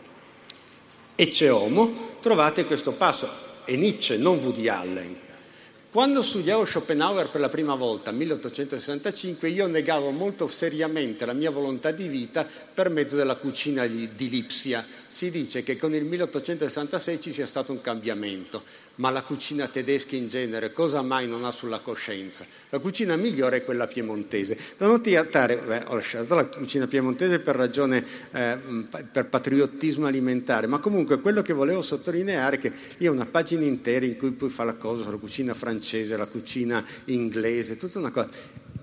Speaker 1: Ecce Homo, trovate questo passo, è Nietzsche, non Woody Allen. Quando studiavo Schopenhauer per la prima volta, milleottocentosessantacinque, io negavo molto seriamente la mia volontà di vita per mezzo della cucina di Lipsia. Si dice che con il milleottocentosessantasei ci sia stato un cambiamento, ma la cucina tedesca in genere cosa mai non ha sulla coscienza? La cucina migliore è quella piemontese. Da notare, beh, ho lasciato la cucina piemontese per ragione, eh, per patriottismo alimentare, ma comunque quello che volevo sottolineare è che lì è una pagina intera in cui poi fa la cosa sulla cucina francese, la cucina inglese, tutta una cosa.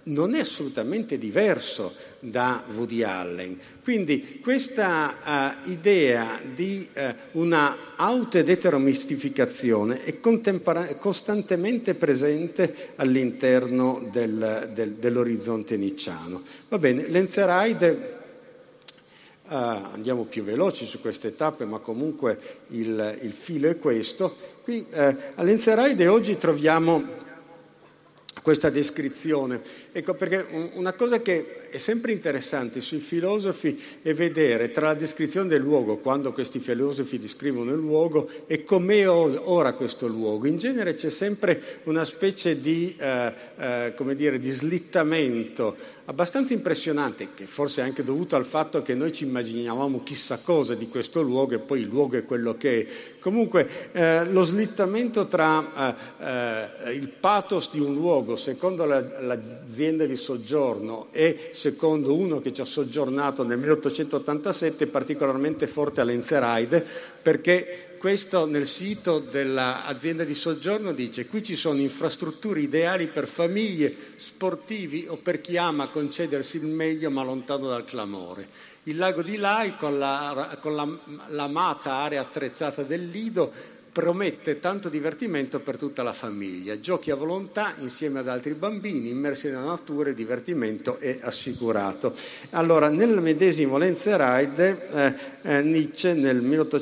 Speaker 1: non è assolutamente diverso da Woody Allen. Quindi questa uh, idea di uh, una auto- ed eteromistificazione è contempora- costantemente presente all'interno del, del, dell'orizzonte nietzschiano. Va bene, Lenzerheide, uh, andiamo più veloci su queste tappe, ma comunque il, il filo è questo. Qui uh, a Lenzerheide oggi troviamo questa descrizione. Ecco, perché una cosa che è sempre interessante sui filosofi è vedere tra la descrizione del luogo, quando questi filosofi descrivono il luogo, e com'è ora questo luogo. In genere c'è sempre una specie di, eh, eh, come dire, di slittamento abbastanza impressionante, che forse è anche dovuto al fatto che noi ci immaginavamo chissà cosa di questo luogo e poi il luogo è quello che è. Comunque eh, lo slittamento tra eh, eh, il pathos di un luogo secondo la, l'azienda di soggiorno e secondo uno che ci ha soggiornato nel milleottocentottantasette è particolarmente forte a Lenzerheide, perché questo nel sito dell'azienda di soggiorno dice: qui ci sono infrastrutture ideali per famiglie, sportivi o per chi ama concedersi il meglio ma lontano dal clamore. Il lago di Lai con, la, con la, l'amata area attrezzata del Lido promette tanto divertimento per tutta la famiglia, giochi a volontà insieme ad altri bambini, immersi nella natura, il divertimento è assicurato. Allora, nel medesimo Lenzerheide, eh, eh, Nietzsche nel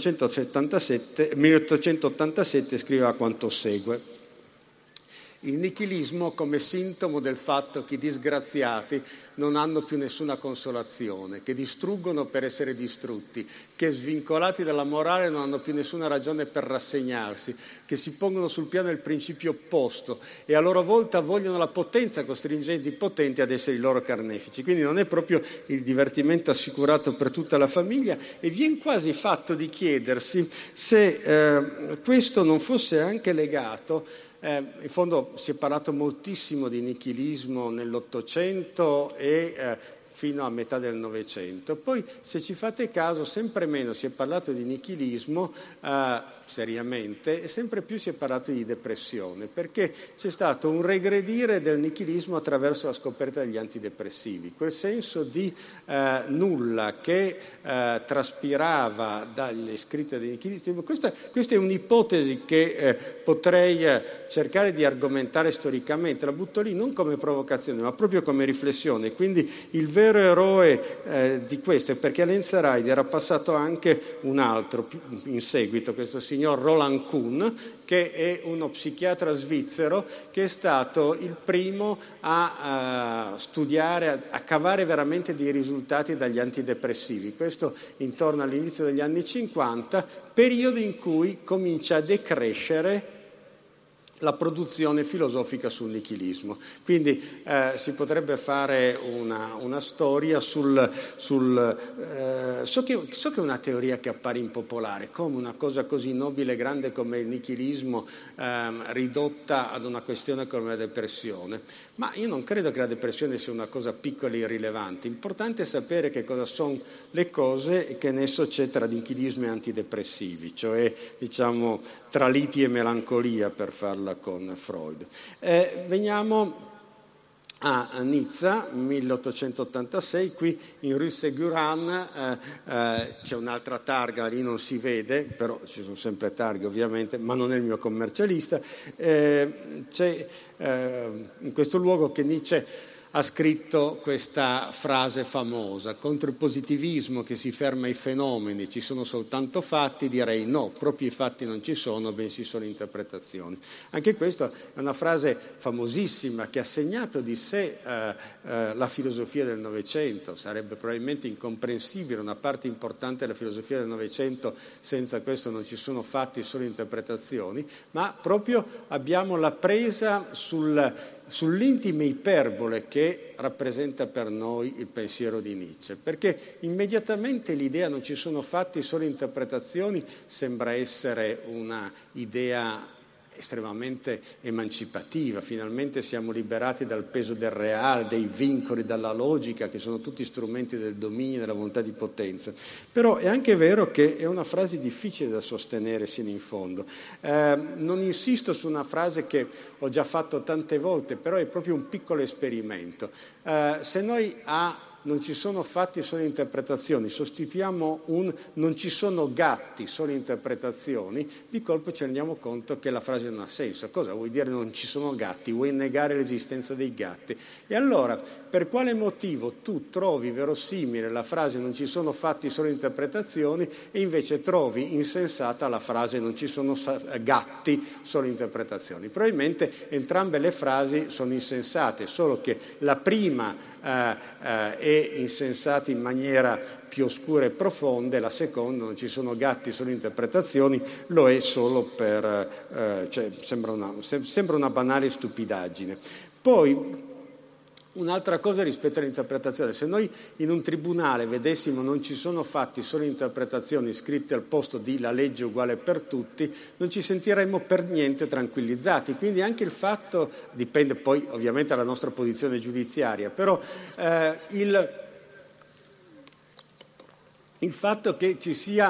Speaker 1: milleottocentottantasette scriveva quanto segue: il nichilismo come sintomo del fatto che i disgraziati non hanno più nessuna consolazione, che distruggono per essere distrutti, che svincolati dalla morale non hanno più nessuna ragione per rassegnarsi, che si pongono sul piano del principio opposto e a loro volta vogliono la potenza costringendo i potenti ad essere i loro carnefici. Quindi non è proprio il divertimento assicurato per tutta la famiglia, e viene quasi fatto di chiedersi se eh, questo non fosse anche legato. Eh, in fondo si è parlato moltissimo di nichilismo nell'Ottocento e eh, fino a metà del Novecento. Poi, se ci fate caso, sempre meno si è parlato di nichilismo eh, seriamente e sempre più si è parlato di depressione, perché c'è stato un regredire del nichilismo attraverso la scoperta degli antidepressivi. Quel senso di eh, nulla che eh, traspirava dalle scritte dei nichilisti. Questa, questa è un'ipotesi che eh, potrei eh, cercare di argomentare storicamente, la butto lì non come provocazione ma proprio come riflessione. Quindi il vero eroe eh, di questo è perché a Lenzerheide era passato anche un altro in seguito, questo signor Roland Kuhn, che è uno psichiatra svizzero che è stato il primo a, a studiare, a, a cavare veramente dei risultati dagli antidepressivi. Questo intorno all'inizio degli anni cinquanta, periodo in cui comincia a decrescere la produzione filosofica sul nichilismo. Quindi eh, si potrebbe fare una, una storia sul... sul eh, so, che, so che è una teoria che appare impopolare, come una cosa così nobile e grande come il nichilismo ehm, ridotta ad una questione come la depressione, ma io non credo che la depressione sia una cosa piccola e irrilevante. Importante è sapere che cosa sono le cose e che nesso c'è tra nichilismo e antidepressivi, cioè diciamo tra liti e melancolia, per farla con Freud. Eh, veniamo a Nizza, milleottocentottantasei, qui in Rue Ségurane eh, eh, c'è un'altra targa, lì non si vede, però ci sono sempre targhe ovviamente, ma non è il mio commercialista. Eh, c'è eh, in questo luogo che Nietzsche ha scritto questa frase famosa: contro il positivismo che si ferma ai fenomeni, ci sono soltanto fatti, direi no, proprio i fatti non ci sono, bensì sono interpretazioni. Anche questa è una frase famosissima che ha segnato di sé eh, eh, la filosofia del Novecento. Sarebbe probabilmente incomprensibile una parte importante della filosofia del Novecento senza questo non ci sono fatti, solo interpretazioni, ma proprio abbiamo la presa sul sull'intima iperbole che rappresenta per noi il pensiero di Nietzsche, perché immediatamente l'idea non ci sono fatti, solo interpretazioni sembra essere una idea estremamente emancipativa, finalmente siamo liberati dal peso del reale, dei vincoli, dalla logica, che sono tutti strumenti del dominio e della volontà di potenza. Però è anche vero che è una frase difficile da sostenere sino in fondo. Eh, non insisto su una frase che ho già fatto tante volte, però è proprio un piccolo esperimento. Eh, se noi a non ci sono fatti, solo interpretazioni, sostituiamo un non ci sono gatti, solo interpretazioni, di colpo ci rendiamo conto che la frase non ha senso. Cosa vuoi dire non ci sono gatti? Vuoi negare l'esistenza dei gatti? E allora, per quale motivo tu trovi verosimile la frase non ci sono fatti, solo interpretazioni, e invece trovi insensata la frase non ci sono gatti, solo interpretazioni? Probabilmente entrambe le frasi sono insensate, solo che la prima Uh, uh, è insensata in maniera più oscura e profonda, e la seconda, non ci sono gatti, sono interpretazioni, lo è solo per, uh, cioè, sembra una, sem- sembra una banale stupidaggine. Poi, un'altra cosa rispetto all'interpretazione: se noi in un tribunale vedessimo non ci sono fatti, solo interpretazioni scritte al posto di la legge uguale per tutti, non ci sentiremmo per niente tranquillizzati. Quindi anche il fatto, dipende poi ovviamente dalla nostra posizione giudiziaria, però eh, il, il fatto che ci sia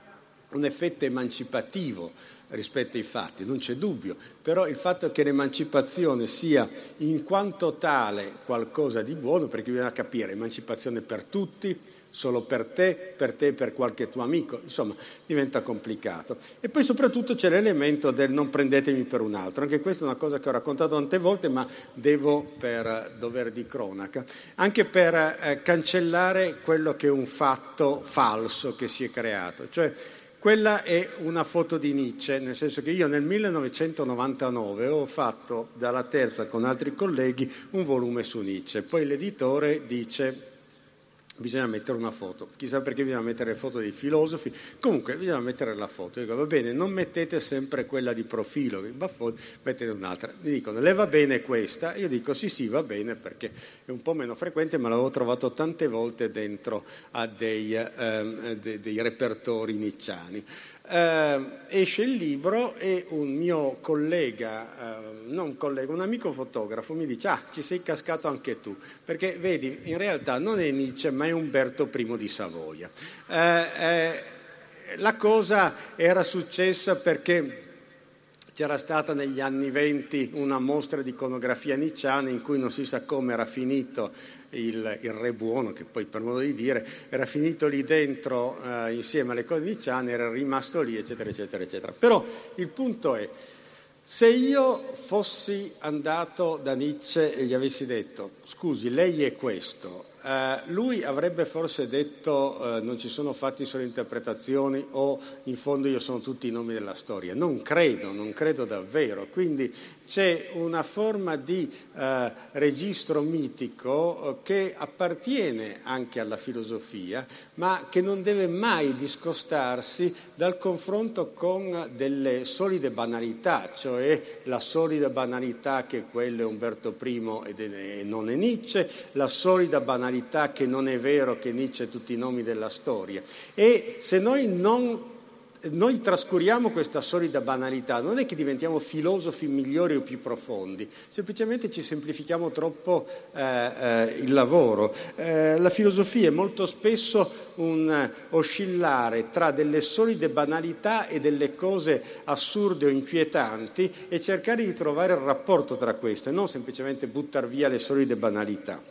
Speaker 1: un effetto emancipativo rispetto ai fatti, non c'è dubbio, però il fatto che l'emancipazione sia in quanto tale qualcosa di buono, perché bisogna capire, emancipazione per tutti, solo per te, per te e per qualche tuo amico, insomma diventa complicato. E poi soprattutto c'è l'elemento del non prendetemi per un altro, anche questa è una cosa che ho raccontato tante volte, ma devo, per dover di cronaca, anche per eh, cancellare quello che è un fatto falso che si è creato, cioè quella è una foto di Nietzsche, nel senso che io nel millenovecentonovantanove ho fatto dalla Terza con altri colleghi un volume su Nietzsche, poi l'editore dice bisogna mettere una foto, chissà perché bisogna mettere le foto dei filosofi, comunque bisogna mettere la foto. Io dico va bene, non mettete sempre quella di profilo, mettete un'altra. Mi dicono le va bene questa? Io dico sì sì va bene, perché è un po' meno frequente, ma l'avevo trovato tante volte dentro a dei, ehm, dei, dei repertori nicciani. Eh, esce il libro e un mio collega, eh, non collega, un amico fotografo mi dice ah, ci sei cascato anche tu, perché vedi, in realtà non è Nietzsche ma è Umberto I di Savoia. Eh, eh, la cosa era successa perché c'era stata negli anni venti una mostra di iconografia nicciana in cui non si sa come era finito il, il Re Buono, che poi per modo di dire era finito lì dentro eh, insieme alle cose nicciane, era rimasto lì eccetera eccetera eccetera. Però il punto è, se io fossi andato da Nietzsche e gli avessi detto scusi lei è questo, Uh, lui avrebbe forse detto uh, non ci sono fatti solo interpretazioni o in fondo io sono tutti i nomi della storia. Non credo, non credo davvero. Quindi c'è una forma di uh, registro mitico uh, che appartiene anche alla filosofia, ma che non deve mai discostarsi dal confronto con delle solide banalità, cioè la solida banalità che quello è Umberto I e non è Nietzsche, la solida banalità che non è vero che Nietzsche è tutti i nomi della storia. E se noi non noi trascuriamo questa solida banalità, non è che diventiamo filosofi migliori o più profondi, semplicemente ci semplifichiamo troppo eh, eh, il lavoro. Eh, la filosofia è molto spesso un oscillare tra delle solide banalità e delle cose assurde o inquietanti e cercare di trovare il rapporto tra queste, non semplicemente buttare via le solide banalità.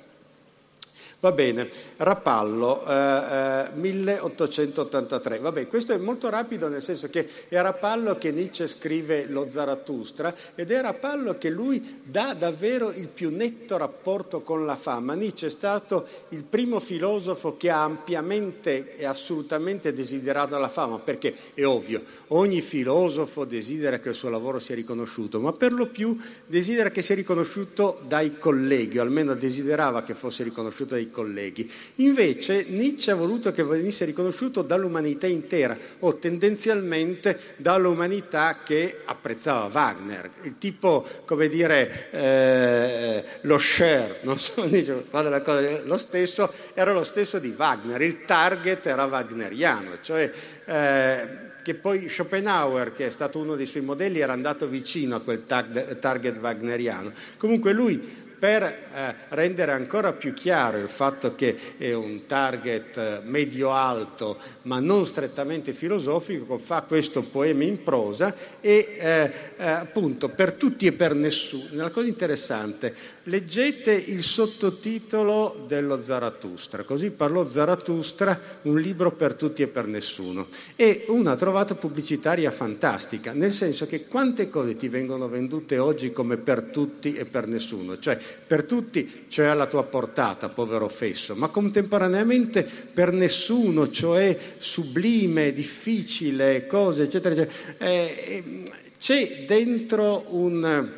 Speaker 1: Va bene, Rapallo, eh, eh, milleottocentottantatré. Vabbè, questo è molto rapido nel senso che è a Rapallo che Nietzsche scrive lo Zarathustra ed è a Rapallo che lui dà davvero il più netto rapporto con la fama. Nietzsche è stato il primo filosofo che ha ampiamente e assolutamente desiderato la fama, perché è ovvio, ogni filosofo desidera che il suo lavoro sia riconosciuto, ma per lo più desidera che sia riconosciuto dai colleghi, o almeno desiderava che fosse riconosciuto dai colleghi. Invece Nietzsche ha voluto che venisse riconosciuto dall'umanità intera o tendenzialmente dall'umanità che apprezzava Wagner, il tipo, come dire, eh, lo Cher, non so, la cosa, lo stesso, era lo stesso di Wagner, il target era wagneriano, cioè eh, che poi Schopenhauer, che è stato uno dei suoi modelli, era andato vicino a quel tag, target wagneriano. Comunque lui, per eh, rendere ancora più chiaro il fatto che è un target eh, medio-alto ma non strettamente filosofico, fa questo poema in prosa e eh, eh, appunto per tutti e per nessuno. Una cosa interessante, leggete il sottotitolo dello Zarathustra, così parlò Zarathustra, un libro per tutti e per nessuno. E una trovata pubblicitaria fantastica, nel senso che quante cose ti vengono vendute oggi come per tutti e per nessuno, cioè per tutti, cioè alla tua portata, povero fesso, ma contemporaneamente per nessuno, cioè sublime, difficile, cose, eccetera, eccetera. Eh, c'è dentro un...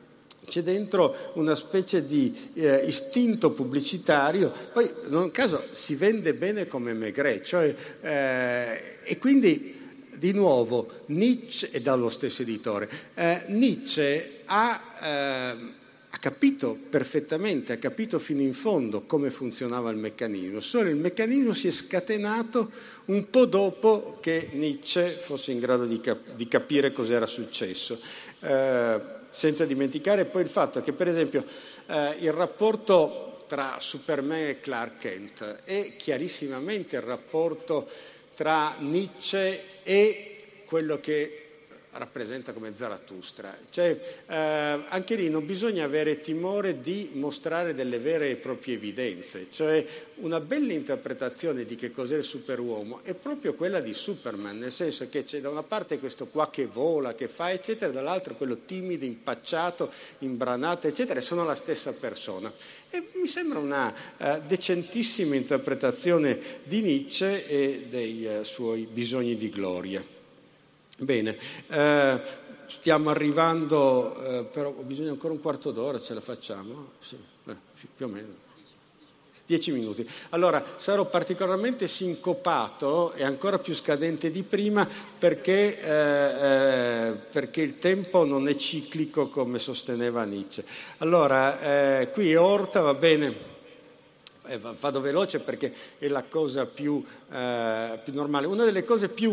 Speaker 1: C'è dentro una specie di eh, istinto pubblicitario, poi non a caso si vende bene come Maigret, cioè, eh, e quindi di nuovo Nietzsche, e dallo stesso editore, eh, Nietzsche ha, eh, ha capito perfettamente, ha capito fino in fondo come funzionava il meccanismo, solo il meccanismo si è scatenato un po' dopo che Nietzsche fosse in grado di, cap- di capire cos'era successo. Eh, senza dimenticare poi il fatto che, per esempio, eh, il rapporto tra Superman e Clark Kent è chiarissimamente il rapporto tra Nietzsche e quello che rappresenta come Zarathustra. Cioè, eh, anche lì non bisogna avere timore di mostrare delle vere e proprie evidenze, cioè una bella interpretazione di che cos'è il superuomo è proprio quella di Superman, nel senso che c'è da una parte questo qua che vola, che fa, eccetera, dall'altro quello timido, impacciato, imbranato, eccetera, e sono la stessa persona. E mi sembra una uh, decentissima interpretazione di Nietzsche e dei uh, suoi bisogni di gloria. Bene, eh, stiamo arrivando, eh, però ho bisogno ancora un quarto d'ora, ce la facciamo? Sì, eh, più o meno. Dieci minuti. Allora, sarò particolarmente sincopato e ancora più scadente di prima perché, eh, eh, perché il tempo non è ciclico come sosteneva Nietzsche. Allora, eh, qui Orta va bene. Eh, vado veloce perché è la cosa più, eh, più normale. Una delle cose più,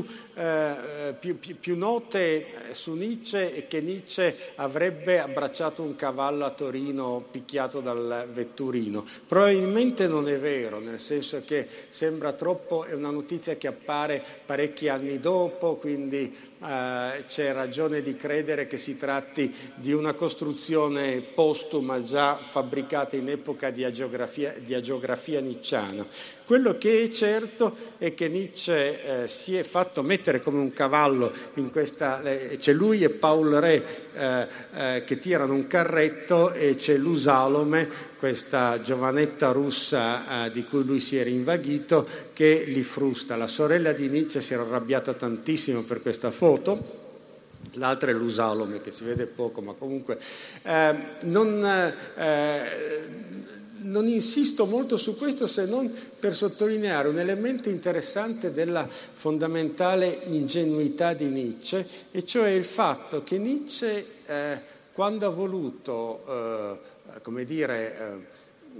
Speaker 1: eh, più, più, più note su Nietzsche è che Nietzsche avrebbe abbracciato un cavallo a Torino picchiato dal vetturino. Probabilmente non è vero, nel senso che sembra troppo, è una notizia che appare parecchi anni dopo, quindi Uh, c'è ragione di credere che si tratti di una costruzione postuma già fabbricata in epoca di agiografia, di agiografia nietzschiana. Quello che è certo è che Nietzsche eh, si è fatto mettere come un cavallo in questa... Eh, c'è lui e Paul Ré eh, eh, che tirano un carretto e c'è Lusalome, questa giovanetta russa eh, di cui lui si era invaghito, che li frusta. La sorella di Nietzsche si era arrabbiata tantissimo per questa foto. L'altra è Lusalome, che si vede poco, ma comunque eh, non... Eh, Non insisto molto su questo se non per sottolineare un elemento interessante della fondamentale ingenuità di Nietzsche, e cioè il fatto che Nietzsche, eh, quando ha voluto, eh, come dire, eh,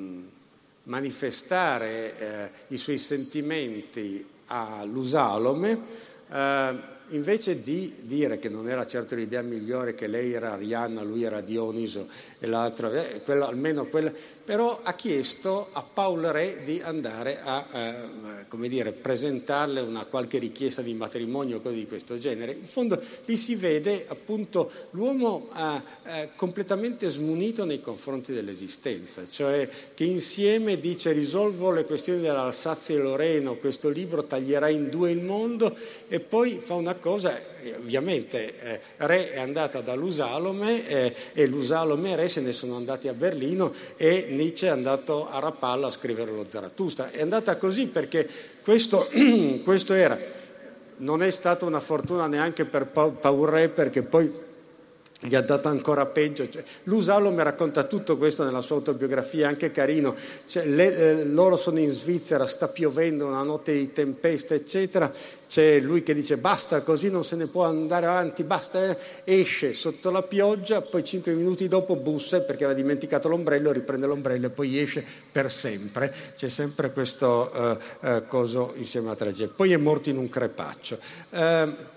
Speaker 1: manifestare eh, i suoi sentimenti a Lusalome, eh, invece di dire che non era certo l'idea migliore, che lei era Arianna, lui era Dioniso e l'altro, eh, quello, almeno quella, però ha chiesto a Paul Ré di andare a eh, come dire, presentarle una qualche richiesta di matrimonio o cose di questo genere. In fondo lì si vede appunto l'uomo eh, eh, completamente smunito nei confronti dell'esistenza, cioè che insieme dice: risolvo le questioni dell'Alsazia e Loreno, questo libro taglierà in due il mondo, e poi fa una cosa, eh, ovviamente eh, Ré è andata da Lusalome eh, e Lusalome e Ré se ne sono andati a Berlino e Nietzsche è andato a Rapallo a scrivere lo Zarathustra. È andata così perché questo, questo era, non è stata una fortuna neanche per Paul Ré, perché poi gli ha dato ancora peggio. Cioè, Lusalo mi racconta tutto questo nella sua autobiografia, anche carino. Cioè, le, eh, loro sono in Svizzera, sta piovendo, una notte di tempesta, eccetera. C'è lui che dice basta, così non se ne può andare avanti, basta, eh. Esce sotto la pioggia, poi cinque minuti dopo bussa perché aveva dimenticato l'ombrello, riprende l'ombrello e poi esce per sempre. C'è sempre questo eh, eh, coso insieme alla tragedia. Poi è morto in un crepaccio. Eh,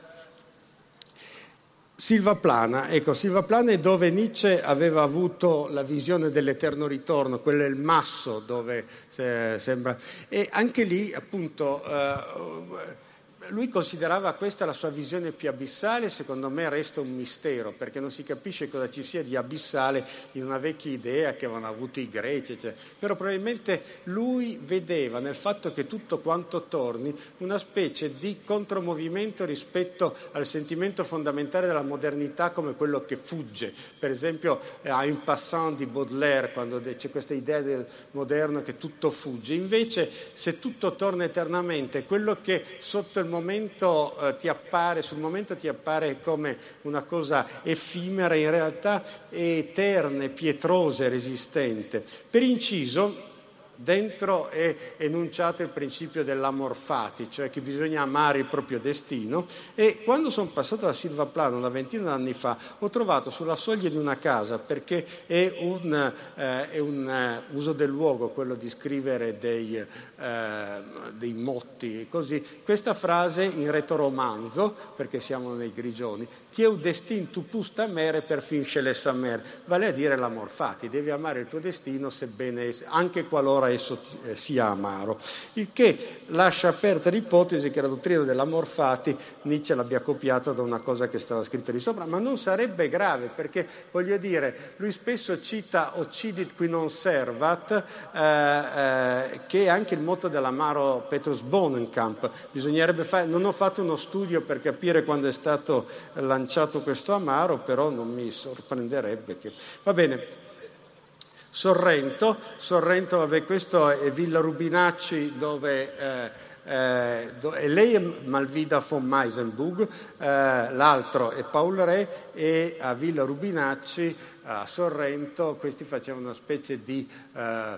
Speaker 1: Silvaplana, ecco, Silvaplana è dove Nietzsche aveva avuto la visione dell'eterno ritorno, quello è il masso dove eh, sembra, e anche lì appunto eh, lui considerava questa la sua visione più abissale. Secondo me resta un mistero, perché non si capisce cosa ci sia di abissale in una vecchia idea che avevano avuto i greci, eccetera. Però probabilmente lui vedeva nel fatto che tutto quanto torni una specie di contromovimento rispetto al sentimento fondamentale della modernità come quello che fugge. Per esempio a Un passant di Baudelaire, quando c'è questa idea del moderno che tutto fugge. Invece se tutto torna eternamente, quello che sotto il momento eh, ti appare, sul momento ti appare come una cosa effimera, in realtà è eterna, pietrosa e resistente. Per inciso, dentro è enunciato il principio dell'amor fati, cioè che bisogna amare il proprio destino, e quando sono passato da Silvaplana una ventina d'anni fa ho trovato sulla soglia di una casa, perché è un, eh, è un uh, uso del luogo quello di scrivere dei, eh, dei motti e così, questa frase in retoromanzo, perché siamo nei Grigioni: «Tieu destin tu pus t'amere per fin sceles amer», vale a dire l'amor fati, devi amare il tuo destino sebbene anche qualora esso sia amaro, il che lascia aperta l'ipotesi che la dottrina dell'amor fati Nietzsche l'abbia copiata da una cosa che stava scritta di sopra, ma non sarebbe grave, perché voglio dire, lui spesso cita occidit qui non servat, eh, eh, che è anche il motto dell'amaro Petrus Bohnenkamp. Bisognerebbe fare, non ho fatto uno studio per capire quando è stato lanciato questo amaro, però non mi sorprenderebbe che... Va bene. Sorrento, Sorrento, vabbè, questo è Villa Rubinacci, dove, eh, eh, dove lei è Malvida von Meisenburg, eh, l'altro è Paul Ré, e a Villa Rubinacci, a Sorrento, questi facevano una specie di, eh,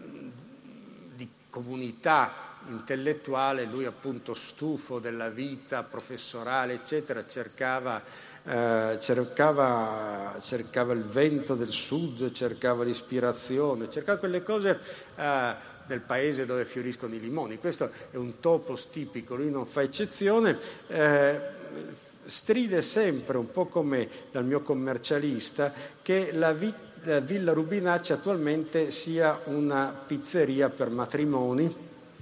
Speaker 1: di comunità intellettuale. Lui appunto, stufo della vita professorale, eccetera, cercava... Eh, cercava, cercava il vento del sud, cercava l'ispirazione, cercava quelle cose eh, del paese dove fioriscono i limoni. Questo è un topos tipico, lui non fa eccezione. Eh, stride sempre, un po' come dal mio commercialista, che la, vi, la Villa Rubinacci attualmente sia una pizzeria per matrimoni,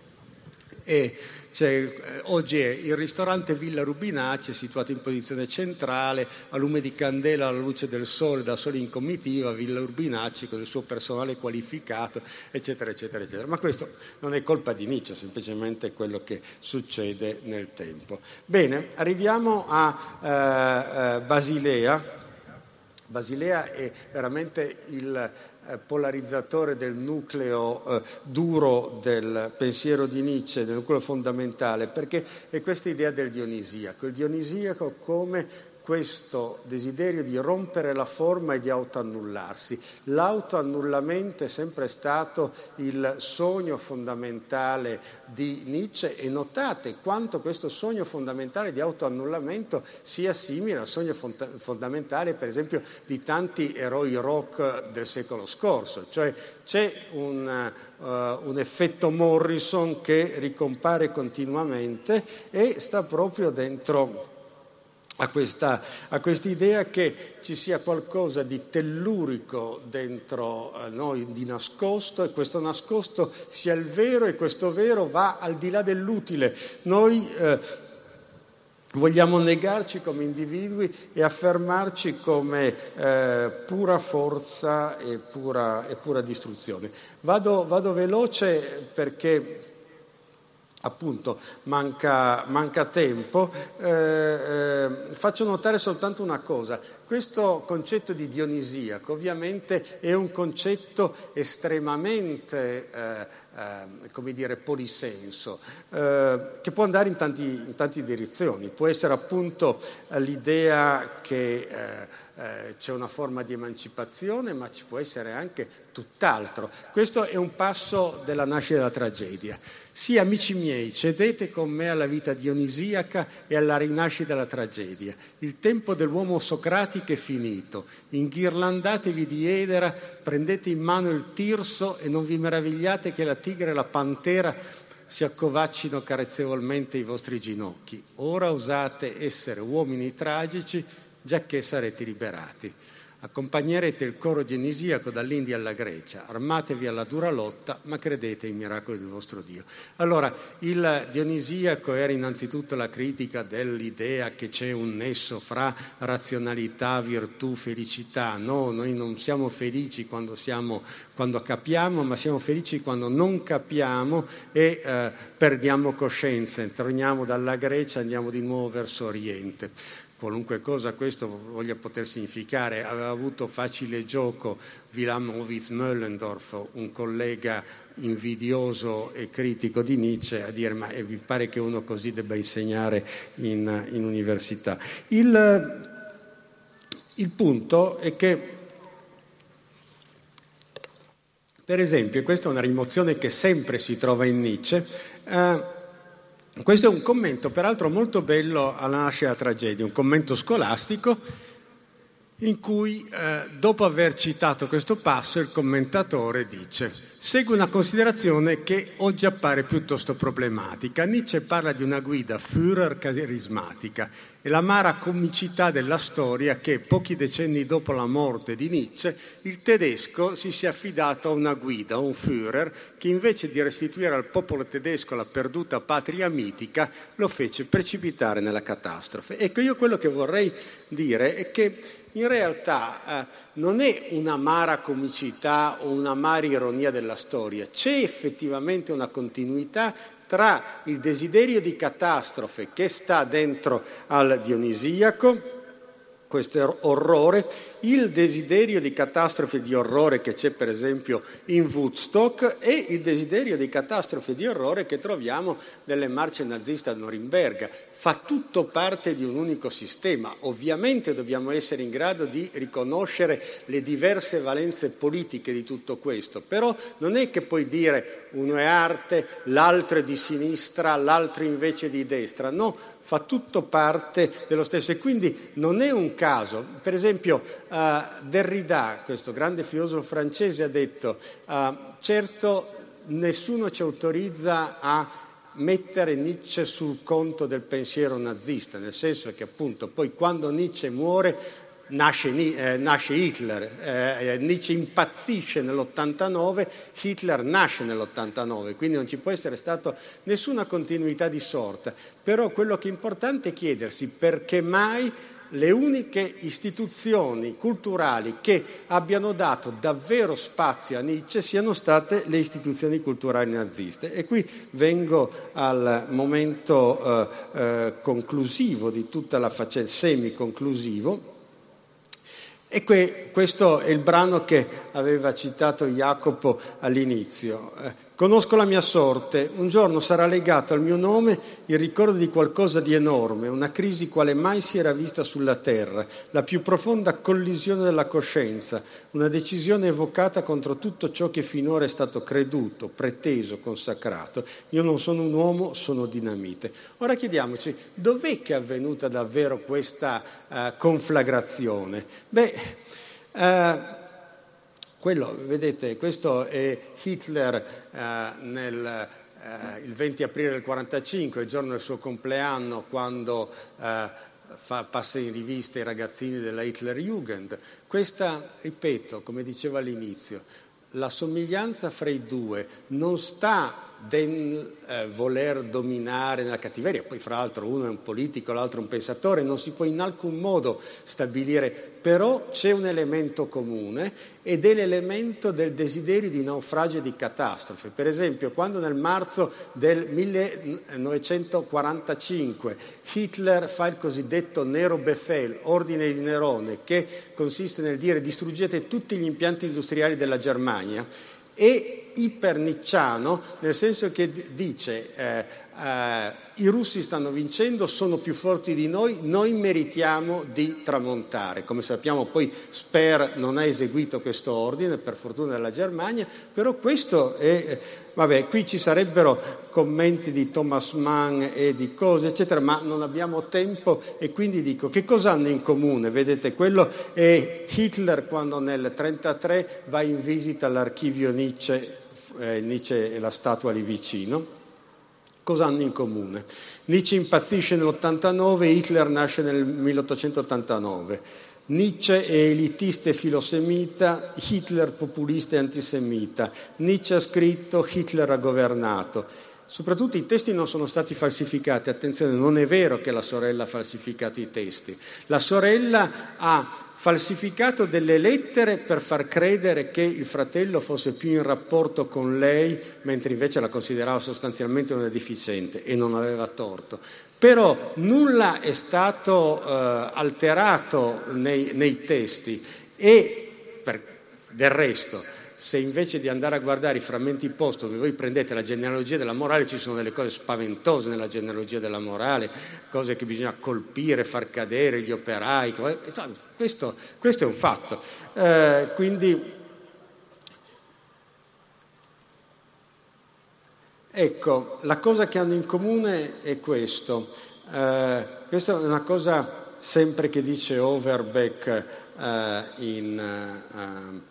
Speaker 1: e cioè, eh, oggi è il ristorante Villa Rubinacci, situato in posizione centrale, a lume di candela alla luce del sole, da sole in comitiva, Villa Rubinacci con il suo personale qualificato, eccetera, eccetera, eccetera. Ma questo non è colpa di Nietzsche, semplicemente quello che succede nel tempo. Bene, arriviamo a eh, eh, Basilea. Basilea è veramente il polarizzatore del nucleo eh, duro del pensiero di Nietzsche, del nucleo fondamentale, perché è questa idea del dionisiaco, il dionisiaco come questo desiderio di rompere la forma e di autoannullarsi. L'autoannullamento è sempre stato il sogno fondamentale di Nietzsche, e notate quanto questo sogno fondamentale di autoannullamento sia simile al sogno fond- fondamentale, per esempio, di tanti eroi rock del secolo scorso. Cioè c'è un, uh, un effetto Morrison che ricompare continuamente e sta proprio dentro a questa a quest'idea che ci sia qualcosa di tellurico dentro a noi, di nascosto, e questo nascosto sia il vero, e questo vero va al di là dell'utile. Noi eh, vogliamo negarci come individui e affermarci come eh, pura forza e pura, e pura distruzione. Vado, vado veloce perché appunto manca, manca tempo. Eh, eh, faccio notare soltanto una cosa: questo concetto di dionisiaco ovviamente è un concetto estremamente eh, eh, come dire, polisenso, eh, che può andare in, tanti, in tante direzioni. Può essere appunto eh, l'idea che eh, eh, c'è una forma di emancipazione, ma ci può essere anche tutt'altro. Questo è un passo della nascita della tragedia. Sì, amici miei, cedete con me alla vita dionisiaca e alla rinascita della tragedia. Il tempo dell'uomo socratico è finito. Inghirlandatevi di edera, prendete in mano il tirso e non vi meravigliate che la tigre e la pantera si accovaccino carezzevolmente i vostri ginocchi. Ora osate essere uomini tragici, giacché sarete liberati. Accompagnerete il coro dionisiaco dall'India alla Grecia, armatevi alla dura lotta, ma credete ai miracoli del vostro Dio. Allora, il dionisiaco era innanzitutto la critica dell'idea che c'è un nesso fra razionalità, virtù, felicità. No, noi non siamo felici quando, siamo, quando capiamo, ma siamo felici quando non capiamo e eh, perdiamo coscienza, torniamo dalla Grecia e andiamo di nuovo verso Oriente. Qualunque cosa questo voglia poter significare. Aveva avuto facile gioco Wilhelm Moritz Möllendorf, un collega invidioso e critico di Nietzsche, a dire: ma vi pare che uno così debba insegnare in, in università? Il, il punto è che, per esempio, questa è una rimozione che sempre si trova in Nietzsche, eh, questo è un commento, peraltro molto bello, alla nascita della tragedia, un commento scolastico in cui, eh, dopo aver citato questo passo, il commentatore dice: segue una considerazione che oggi appare piuttosto problematica. Nietzsche parla di una guida Führer carismatica e l'amara comicità della storia che, pochi decenni dopo la morte di Nietzsche, il tedesco si sia affidato a una guida, a un Führer, che invece di restituire al popolo tedesco la perduta patria mitica, lo fece precipitare nella catastrofe. Ecco, io quello che vorrei dire è che in realtà eh, non è un'amara comicità o un'amara ironia della storia, c'è effettivamente una continuità tra il desiderio di catastrofe che sta dentro al dionisiaco, questo orrore, il desiderio di catastrofe e di orrore che c'è per esempio in Woodstock e il desiderio di catastrofe e di orrore che troviamo nelle marce naziste a Norimberga. Fa tutto parte di un unico sistema. Ovviamente dobbiamo essere in grado di riconoscere le diverse valenze politiche di tutto questo, però non è che puoi dire uno è arte, l'altro è di sinistra, l'altro invece di destra, no, fa tutto parte dello stesso e quindi non è un caso. Per esempio uh, Derrida, questo grande filosofo francese, ha detto uh, certo nessuno ci autorizza a mettere Nietzsche sul conto del pensiero nazista, nel senso che appunto poi quando Nietzsche muore nasce, eh, nasce Hitler, eh, Nietzsche impazzisce nell'ottantanove, Hitler nasce nell'ottantanove, quindi non ci può essere stata nessuna continuità di sorta, però quello che è importante è chiedersi perché mai le uniche istituzioni culturali che abbiano dato davvero spazio a Nietzsche siano state le istituzioni culturali naziste. E qui vengo al momento eh, eh, conclusivo di tutta la faccenda, semi-conclusivo, e que, questo è il brano che aveva citato Jacopo all'inizio. Eh, Conosco la mia sorte, un giorno sarà legato al mio nome il ricordo di qualcosa di enorme, una crisi quale mai si era vista sulla terra, la più profonda collisione della coscienza, una decisione evocata contro tutto ciò che finora è stato creduto, preteso, consacrato. Io non sono un uomo, sono dinamite. Ora chiediamoci, dov'è che è avvenuta davvero questa uh, conflagrazione? Beh, uh, Quello, vedete, questo è Hitler eh, nel, eh, il venti aprile del quarantacinque, il giorno del suo compleanno, quando eh, fa, passa in rivista i ragazzini della Hitlerjugend. Questa, ripeto, come dicevo all'inizio, la somiglianza fra i due non sta del eh, voler dominare nella cattiveria. Poi fra l'altro uno è un politico, l'altro un pensatore, non si può in alcun modo stabilire, però c'è un elemento comune ed è l'elemento del desiderio di naufragio e di catastrofe. Per esempio, quando nel marzo del millenovecentoquarantacinque Hitler fa il cosiddetto Nero Befehl, ordine di Nerone, che consiste nel dire distruggete tutti gli impianti industriali della Germania, è ipernicciano, nel senso che dice eh, eh, i russi stanno vincendo, sono più forti di noi, noi meritiamo di tramontare. Come sappiamo poi Speer non ha eseguito questo ordine, per fortuna della Germania, però questo è... Vabbè, qui ci sarebbero commenti di Thomas Mann e di cose, eccetera, ma non abbiamo tempo e quindi dico, che cosa hanno in comune? Vedete, quello è Hitler quando nel trentatré va in visita all'archivio Nietzsche, eh, Nietzsche e la statua lì vicino. Cosa hanno in comune? Nietzsche impazzisce nell'ottantanove, Hitler nasce nel milleottocentottantanove. Nietzsche è elitista e filosemita, Hitler populista e antisemita. Nietzsche ha scritto, Hitler ha governato. Soprattutto i testi non sono stati falsificati. Attenzione, non è vero che la sorella ha falsificato i testi. La sorella ha falsificato delle lettere per far credere che il fratello fosse più in rapporto con lei, mentre invece la considerava sostanzialmente una deficiente e non aveva torto. Però nulla è stato eh, alterato nei, nei testi e per, del resto, se invece di andare a guardare i frammenti post dove voi prendete la genealogia della morale, ci sono delle cose spaventose nella genealogia della morale, cose che bisogna colpire, far cadere gli operai, questo, questo è un fatto. Eh, quindi ecco, la cosa che hanno in comune è questo. Eh, questa è una cosa sempre che dice Overbeck eh, in, eh,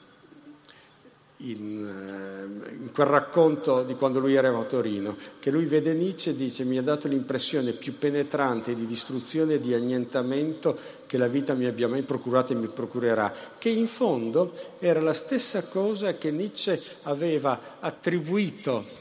Speaker 1: in, eh, in quel racconto di quando lui era a Torino, che lui vede Nietzsche e dice mi ha dato l'impressione più penetrante di distruzione e di annientamento che la vita mi abbia mai procurato e mi procurerà, che in fondo era la stessa cosa che Nietzsche aveva attribuito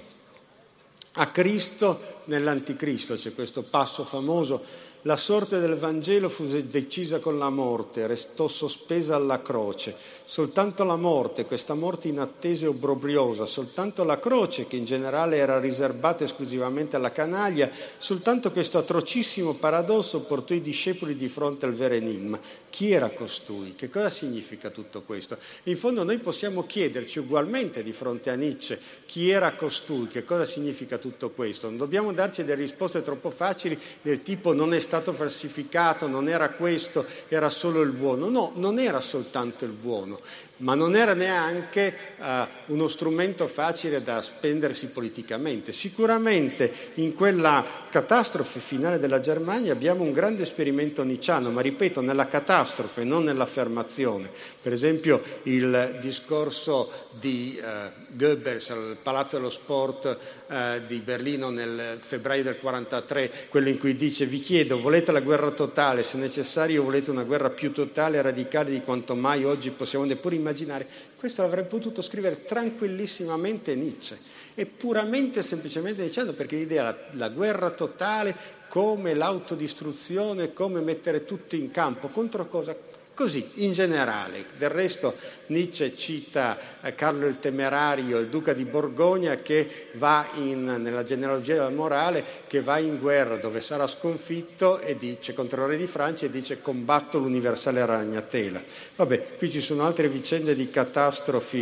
Speaker 1: a Cristo nell'Anticristo. C'è questo passo famoso: la sorte del Vangelo fu decisa con la morte, restò sospesa alla croce. Soltanto la morte, questa morte inattesa e obbrobriosa, soltanto la croce, che in generale era riservata esclusivamente alla canaglia, soltanto questo atrocissimo paradosso portò i discepoli di fronte al vero enigma. Chi era costui? Che cosa significa tutto questo? In fondo noi possiamo chiederci ugualmente di fronte a Nietzsche chi era costui, che cosa significa tutto questo. Non dobbiamo darci delle risposte troppo facili del tipo non è stato falsificato, non era questo, era solo il buono. No, non era soltanto il buono, ma non era neanche uh, uno strumento facile da spendersi politicamente. Sicuramente in quella catastrofe finale della Germania abbiamo un grande esperimento nietzschiano, ma ripeto, nella catastrofe, non nell'affermazione. Per esempio il discorso di uh, Goebbels al Palazzo dello Sport uh, di Berlino nel febbraio del quarantatré, quello in cui dice vi chiedo, volete la guerra totale, se necessario volete una guerra più totale e radicale di quanto mai oggi possiamo neppure immaginare. Questo l'avrebbe potuto scrivere tranquillissimamente Nietzsche, è puramente semplicemente dicendo, perché l'idea la, la guerra totale come l'autodistruzione, come mettere tutto in campo, contro cosa? Così, in generale. Del resto Nietzsche cita Carlo il Temerario, il duca di Borgogna, che va in, nella genealogia della morale, che va in guerra dove sarà sconfitto e dice contro il re di Francia e dice combatto l'universale ragnatela. Vabbè, qui ci sono altre vicende di catastrofi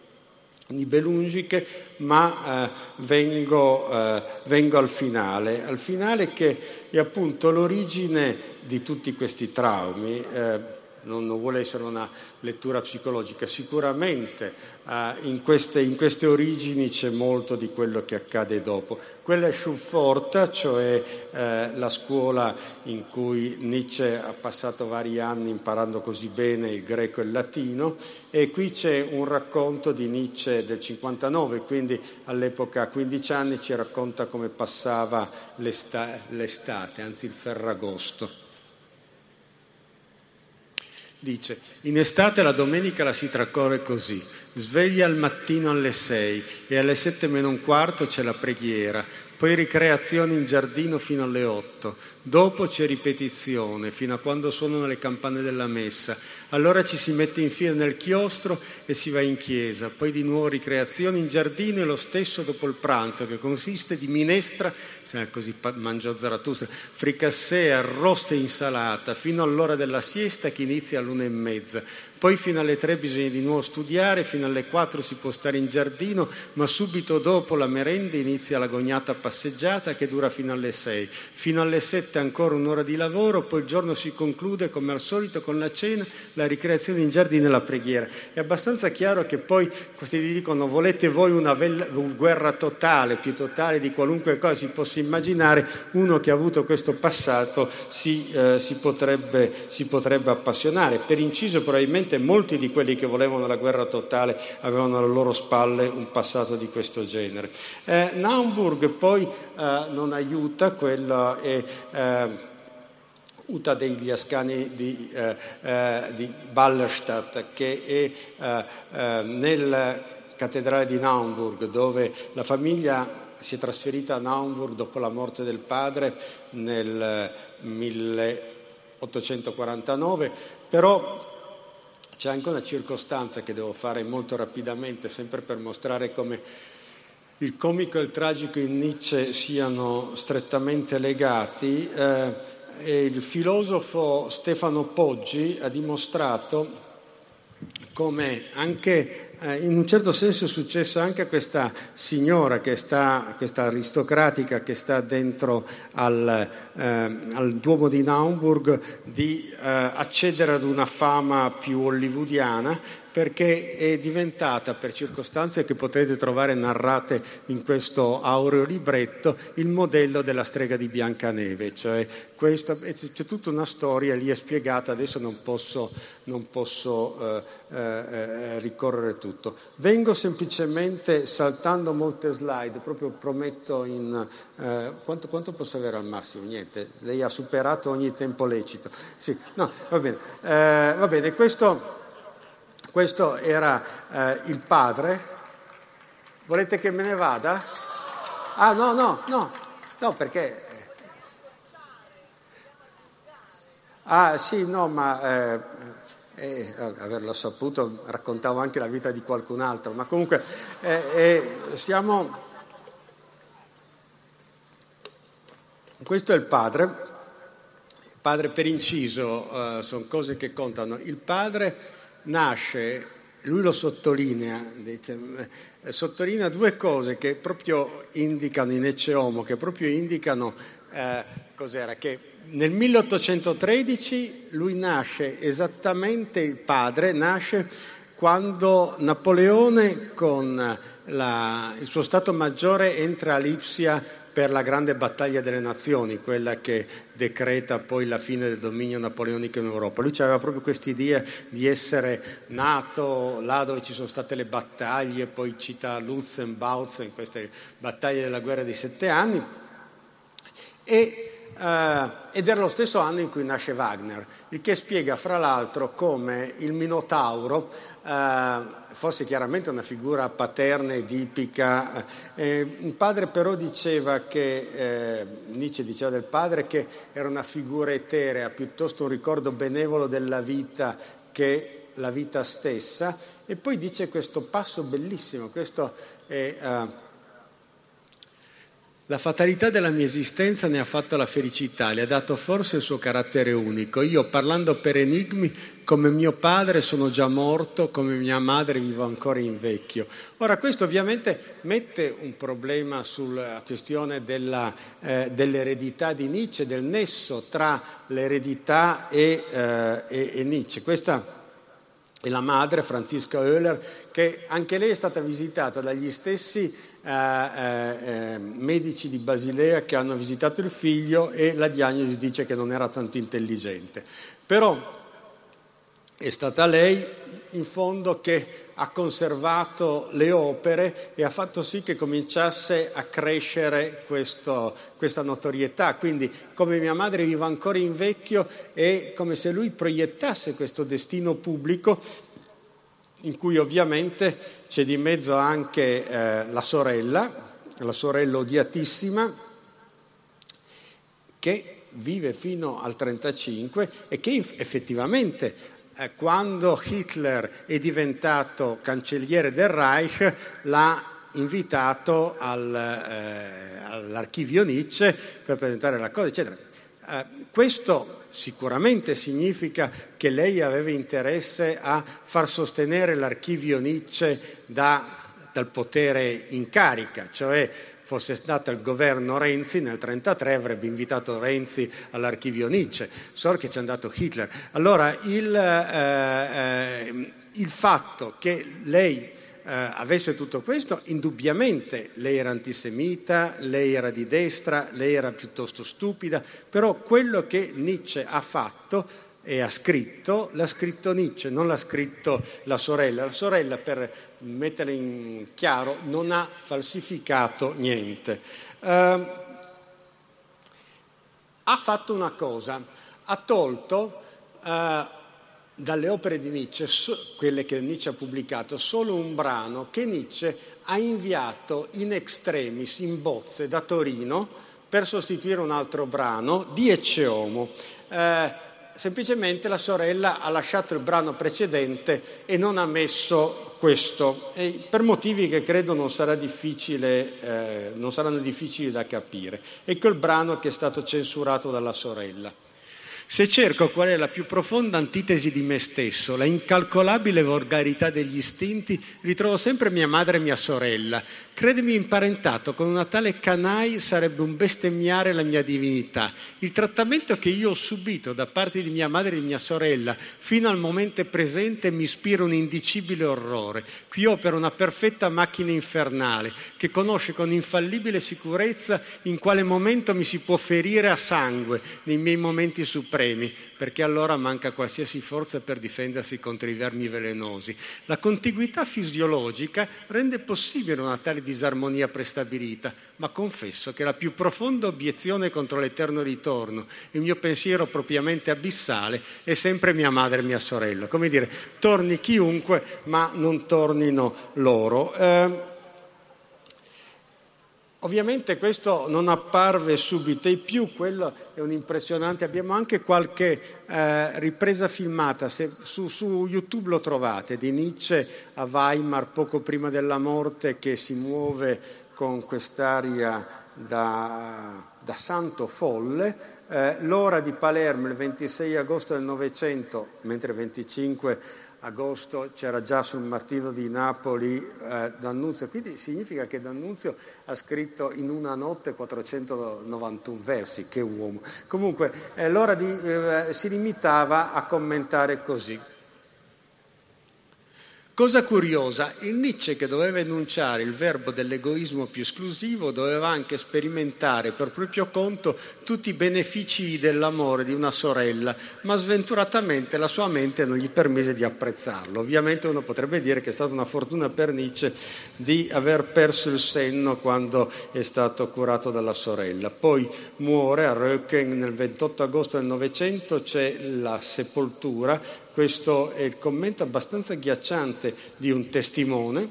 Speaker 1: nibelungiche, ma eh, vengo, eh, vengo al finale, al finale che è appunto l'origine di tutti questi traumi. Eh, Non, non vuole essere una lettura psicologica, sicuramente eh, in, queste, in queste origini c'è molto di quello che accade dopo. Quella è Schulpforta, cioè eh, la scuola in cui Nietzsche ha passato vari anni imparando così bene il greco e il latino, e qui c'è un racconto di Nietzsche del cinquantanove, quindi all'epoca a quindici anni ci racconta come passava l'esta- l'estate, anzi il Ferragosto. Dice, in estate la domenica la si trascorre così, sveglia al mattino alle sei e alle sette meno un quarto c'è la preghiera, poi ricreazione in giardino fino alle otto, dopo c'è ripetizione fino a quando suonano le campane della messa, allora ci si mette in fila nel chiostro e si va in chiesa, poi di nuovo ricreazione in giardino e lo stesso dopo il pranzo, che consiste di minestra, così mangiò Zarathustra, fricassè, arrosto e insalata, fino all'ora della siesta che inizia all'una e mezza. Poi fino alle tre bisogna di nuovo studiare, fino alle quattro si può stare in giardino, ma subito dopo la merenda inizia l'agognata passeggiata che dura fino alle sei. Fino alle sette ancora un'ora di lavoro, poi il giorno si conclude come al solito con la cena, la ricreazione in giardino e la preghiera. È abbastanza chiaro che poi questi dicono: volete voi una, vella, una guerra totale, più totale di qualunque cosa si possa immaginare, uno che ha avuto questo passato si, eh, si, potrebbe, si potrebbe appassionare. Per inciso probabilmente molti di quelli che volevano la guerra totale avevano alle loro spalle un passato di questo genere. Eh, Naumburg poi eh, non aiuta, quello è eh, Uta degli Ascani di, eh, eh, di Ballerstadt, che è eh, eh, nella cattedrale di Naumburg, dove la famiglia si è trasferita a Naumburg dopo la morte del padre nel milleottocentoquarantanove, però c'è anche una circostanza che devo fare molto rapidamente, sempre per mostrare come il comico e il tragico in Nietzsche siano strettamente legati. Eh, e il filosofo Stefano Poggi ha dimostrato come anche eh, in un certo senso è successo anche a questa signora che sta, questa aristocratica che sta dentro al, eh, al Duomo di Naumburg, di eh, accedere ad una fama più hollywoodiana, perché è diventata, per circostanze che potete trovare narrate in questo aureo libretto, il modello della strega di Biancaneve. Cioè questa, c'è tutta una storia lì, è spiegata, adesso non posso, non posso eh, eh, ricorrere tutto. Vengo semplicemente saltando molte slide, proprio prometto in... Eh, quanto, quanto posso avere al massimo? Niente, lei ha superato ogni tempo lecito. Sì, no, va bene. Eh, va bene, questo... Questo era eh, il padre. Volete che me ne vada? Ah, no, no, no, no, perché... Ah, sì, no, ma eh, eh, averlo saputo raccontavo anche la vita di qualcun altro, ma comunque eh, eh, siamo... Questo è il padre. Il padre, per inciso, eh, sono cose che contano. Il padre... nasce, lui lo sottolinea, dice, eh, sottolinea due cose che proprio indicano in Ecce Homo, che proprio indicano eh, cos'era, che nel milleottocentotredici lui nasce esattamente, il padre nasce quando Napoleone con la, il suo Stato Maggiore entra a Lipsia per la grande battaglia delle nazioni, quella che decreta poi la fine del dominio napoleonico in Europa. Lui aveva proprio questa idea di essere nato là dove ci sono state le battaglie, poi cita Lutzen, Bautzen, queste battaglie della guerra dei sette anni, e, eh, ed era lo stesso anno in cui nasce Wagner, il che spiega fra l'altro come il Minotauro eh, fosse chiaramente una figura paterna ed ipica. Eh, il padre però diceva che, eh, Nietzsche diceva del padre che era una figura eterea, piuttosto un ricordo benevolo della vita che la vita stessa, e poi dice questo passo bellissimo, questo è... Uh, la fatalità della mia esistenza ne ha fatto la felicità, le ha dato forse il suo carattere unico. Io, parlando per enigmi, come mio padre sono già morto, come mia madre vivo ancora in vecchio. Ora, questo ovviamente mette un problema sulla questione della, eh, dell'eredità di Nietzsche, del nesso tra l'eredità e, eh, e, e Nietzsche. Questa è la madre, Franziska Oehler, che anche lei è stata visitata dagli stessi Eh, eh, medici di Basilea che hanno visitato il figlio, e la diagnosi dice che non era tanto intelligente. Però è stata lei in fondo che ha conservato le opere e ha fatto sì che cominciasse a crescere questo, questa notorietà. Quindi come mia madre vive ancora in vecchio, è come se lui proiettasse questo destino pubblico in cui ovviamente c'è di mezzo anche eh, la sorella, la sorella odiatissima, che vive fino al trentacinque e che effettivamente eh, quando Hitler è diventato cancelliere del Reich l'ha invitato al, eh, all'archivio Nietzsche per presentare la cosa, eccetera. Eh, questo sicuramente significa che lei aveva interesse a far sostenere l'archivio Nietzsche da, dal potere in carica, cioè fosse stato il governo Renzi nel trentatré avrebbe invitato Renzi all'archivio Nietzsche, solo che c'è andato Hitler. Allora il, eh, eh, il fatto che lei Uh, avesse tutto questo, indubbiamente lei era antisemita, lei era di destra, lei era piuttosto stupida, però quello che Nietzsche ha fatto e ha scritto, l'ha scritto Nietzsche, non l'ha scritto la sorella. La sorella, per metterla in chiaro, non ha falsificato niente. Uh, ha fatto una cosa, ha tolto uh, dalle opere di Nietzsche, quelle che Nietzsche ha pubblicato, solo un brano che Nietzsche ha inviato in extremis, in bozze, da Torino, per sostituire un altro brano di Ecce Homo. Eh, semplicemente la sorella ha lasciato il brano precedente e non ha messo questo, e per motivi che credo non sarà difficile, eh, non saranno difficili da capire. Ecco il brano che è stato censurato dalla sorella. Se cerco qual è la più profonda antitesi di me stesso, la incalcolabile volgarità degli istinti, ritrovo sempre mia madre e mia sorella. Credimi imparentato con una tale canai sarebbe un bestemmiare la mia divinità. Il trattamento che io ho subito da parte di mia madre e di mia sorella fino al momento presente mi ispira un indicibile orrore. Qui opera una perfetta macchina infernale che conosce con infallibile sicurezza in quale momento mi si può ferire a sangue nei miei momenti supremi, perché allora manca qualsiasi forza per difendersi contro i vermi velenosi. La contiguità fisiologica rende possibile una tale disarmonia prestabilita, ma confesso che la più profonda obiezione contro l'eterno ritorno, il mio pensiero propriamente abissale, è sempre mia madre e mia sorella. Come dire, torni chiunque, ma non tornino loro. Eh, Ovviamente questo non apparve subito, e più quello è un impressionante. Abbiamo anche qualche eh, ripresa filmata, se, su, su YouTube lo trovate, di Nietzsche a Weimar poco prima della morte, che si muove con quest'aria da, da santo folle. Eh, l'ora di Palermo il ventisei agosto del Novecento, mentre il venticinque agosto c'era già sul mattino di Napoli eh, D'Annunzio, quindi significa che D'Annunzio ha scritto in una notte quattrocentonovantuno versi, che uomo. Comunque eh, l'ora di, eh, si limitava a commentare così. Cosa curiosa, il Nietzsche, che doveva enunciare il verbo dell'egoismo più esclusivo, doveva anche sperimentare per proprio conto tutti i benefici dell'amore di una sorella, ma sventuratamente la sua mente non gli permise di apprezzarlo. Ovviamente uno potrebbe dire che è stata una fortuna per Nietzsche di aver perso il senno quando è stato curato dalla sorella. Poi muore a Röcken nel ventotto agosto del Novecento, c'è la sepoltura. Questo è il commento abbastanza agghiacciante di un testimone.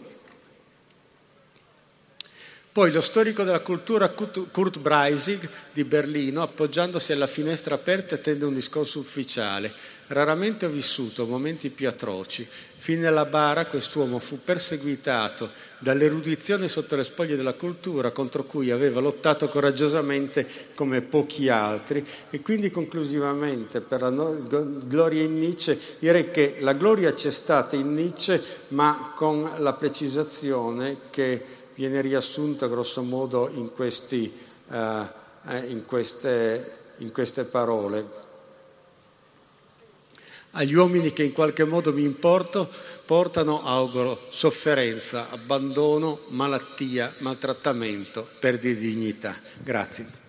Speaker 1: Poi lo storico della cultura Kurt Breisig di Berlino, appoggiandosi alla finestra aperta, tende un discorso ufficiale. Raramente ho vissuto momenti più atroci. Fin nella bara quest'uomo fu perseguitato dall'erudizione sotto le spoglie della cultura, contro cui aveva lottato coraggiosamente come pochi altri, e quindi conclusivamente, per la no- gloria in Nietzsche, direi che la gloria c'è stata in Nietzsche, ma con la precisazione che viene riassunta grosso modo in, questi, uh, in, queste, in queste parole. Agli uomini che in qualche modo mi importo, portano, auguro, sofferenza, abbandono, malattia, maltrattamento, perdita di dignità. Grazie.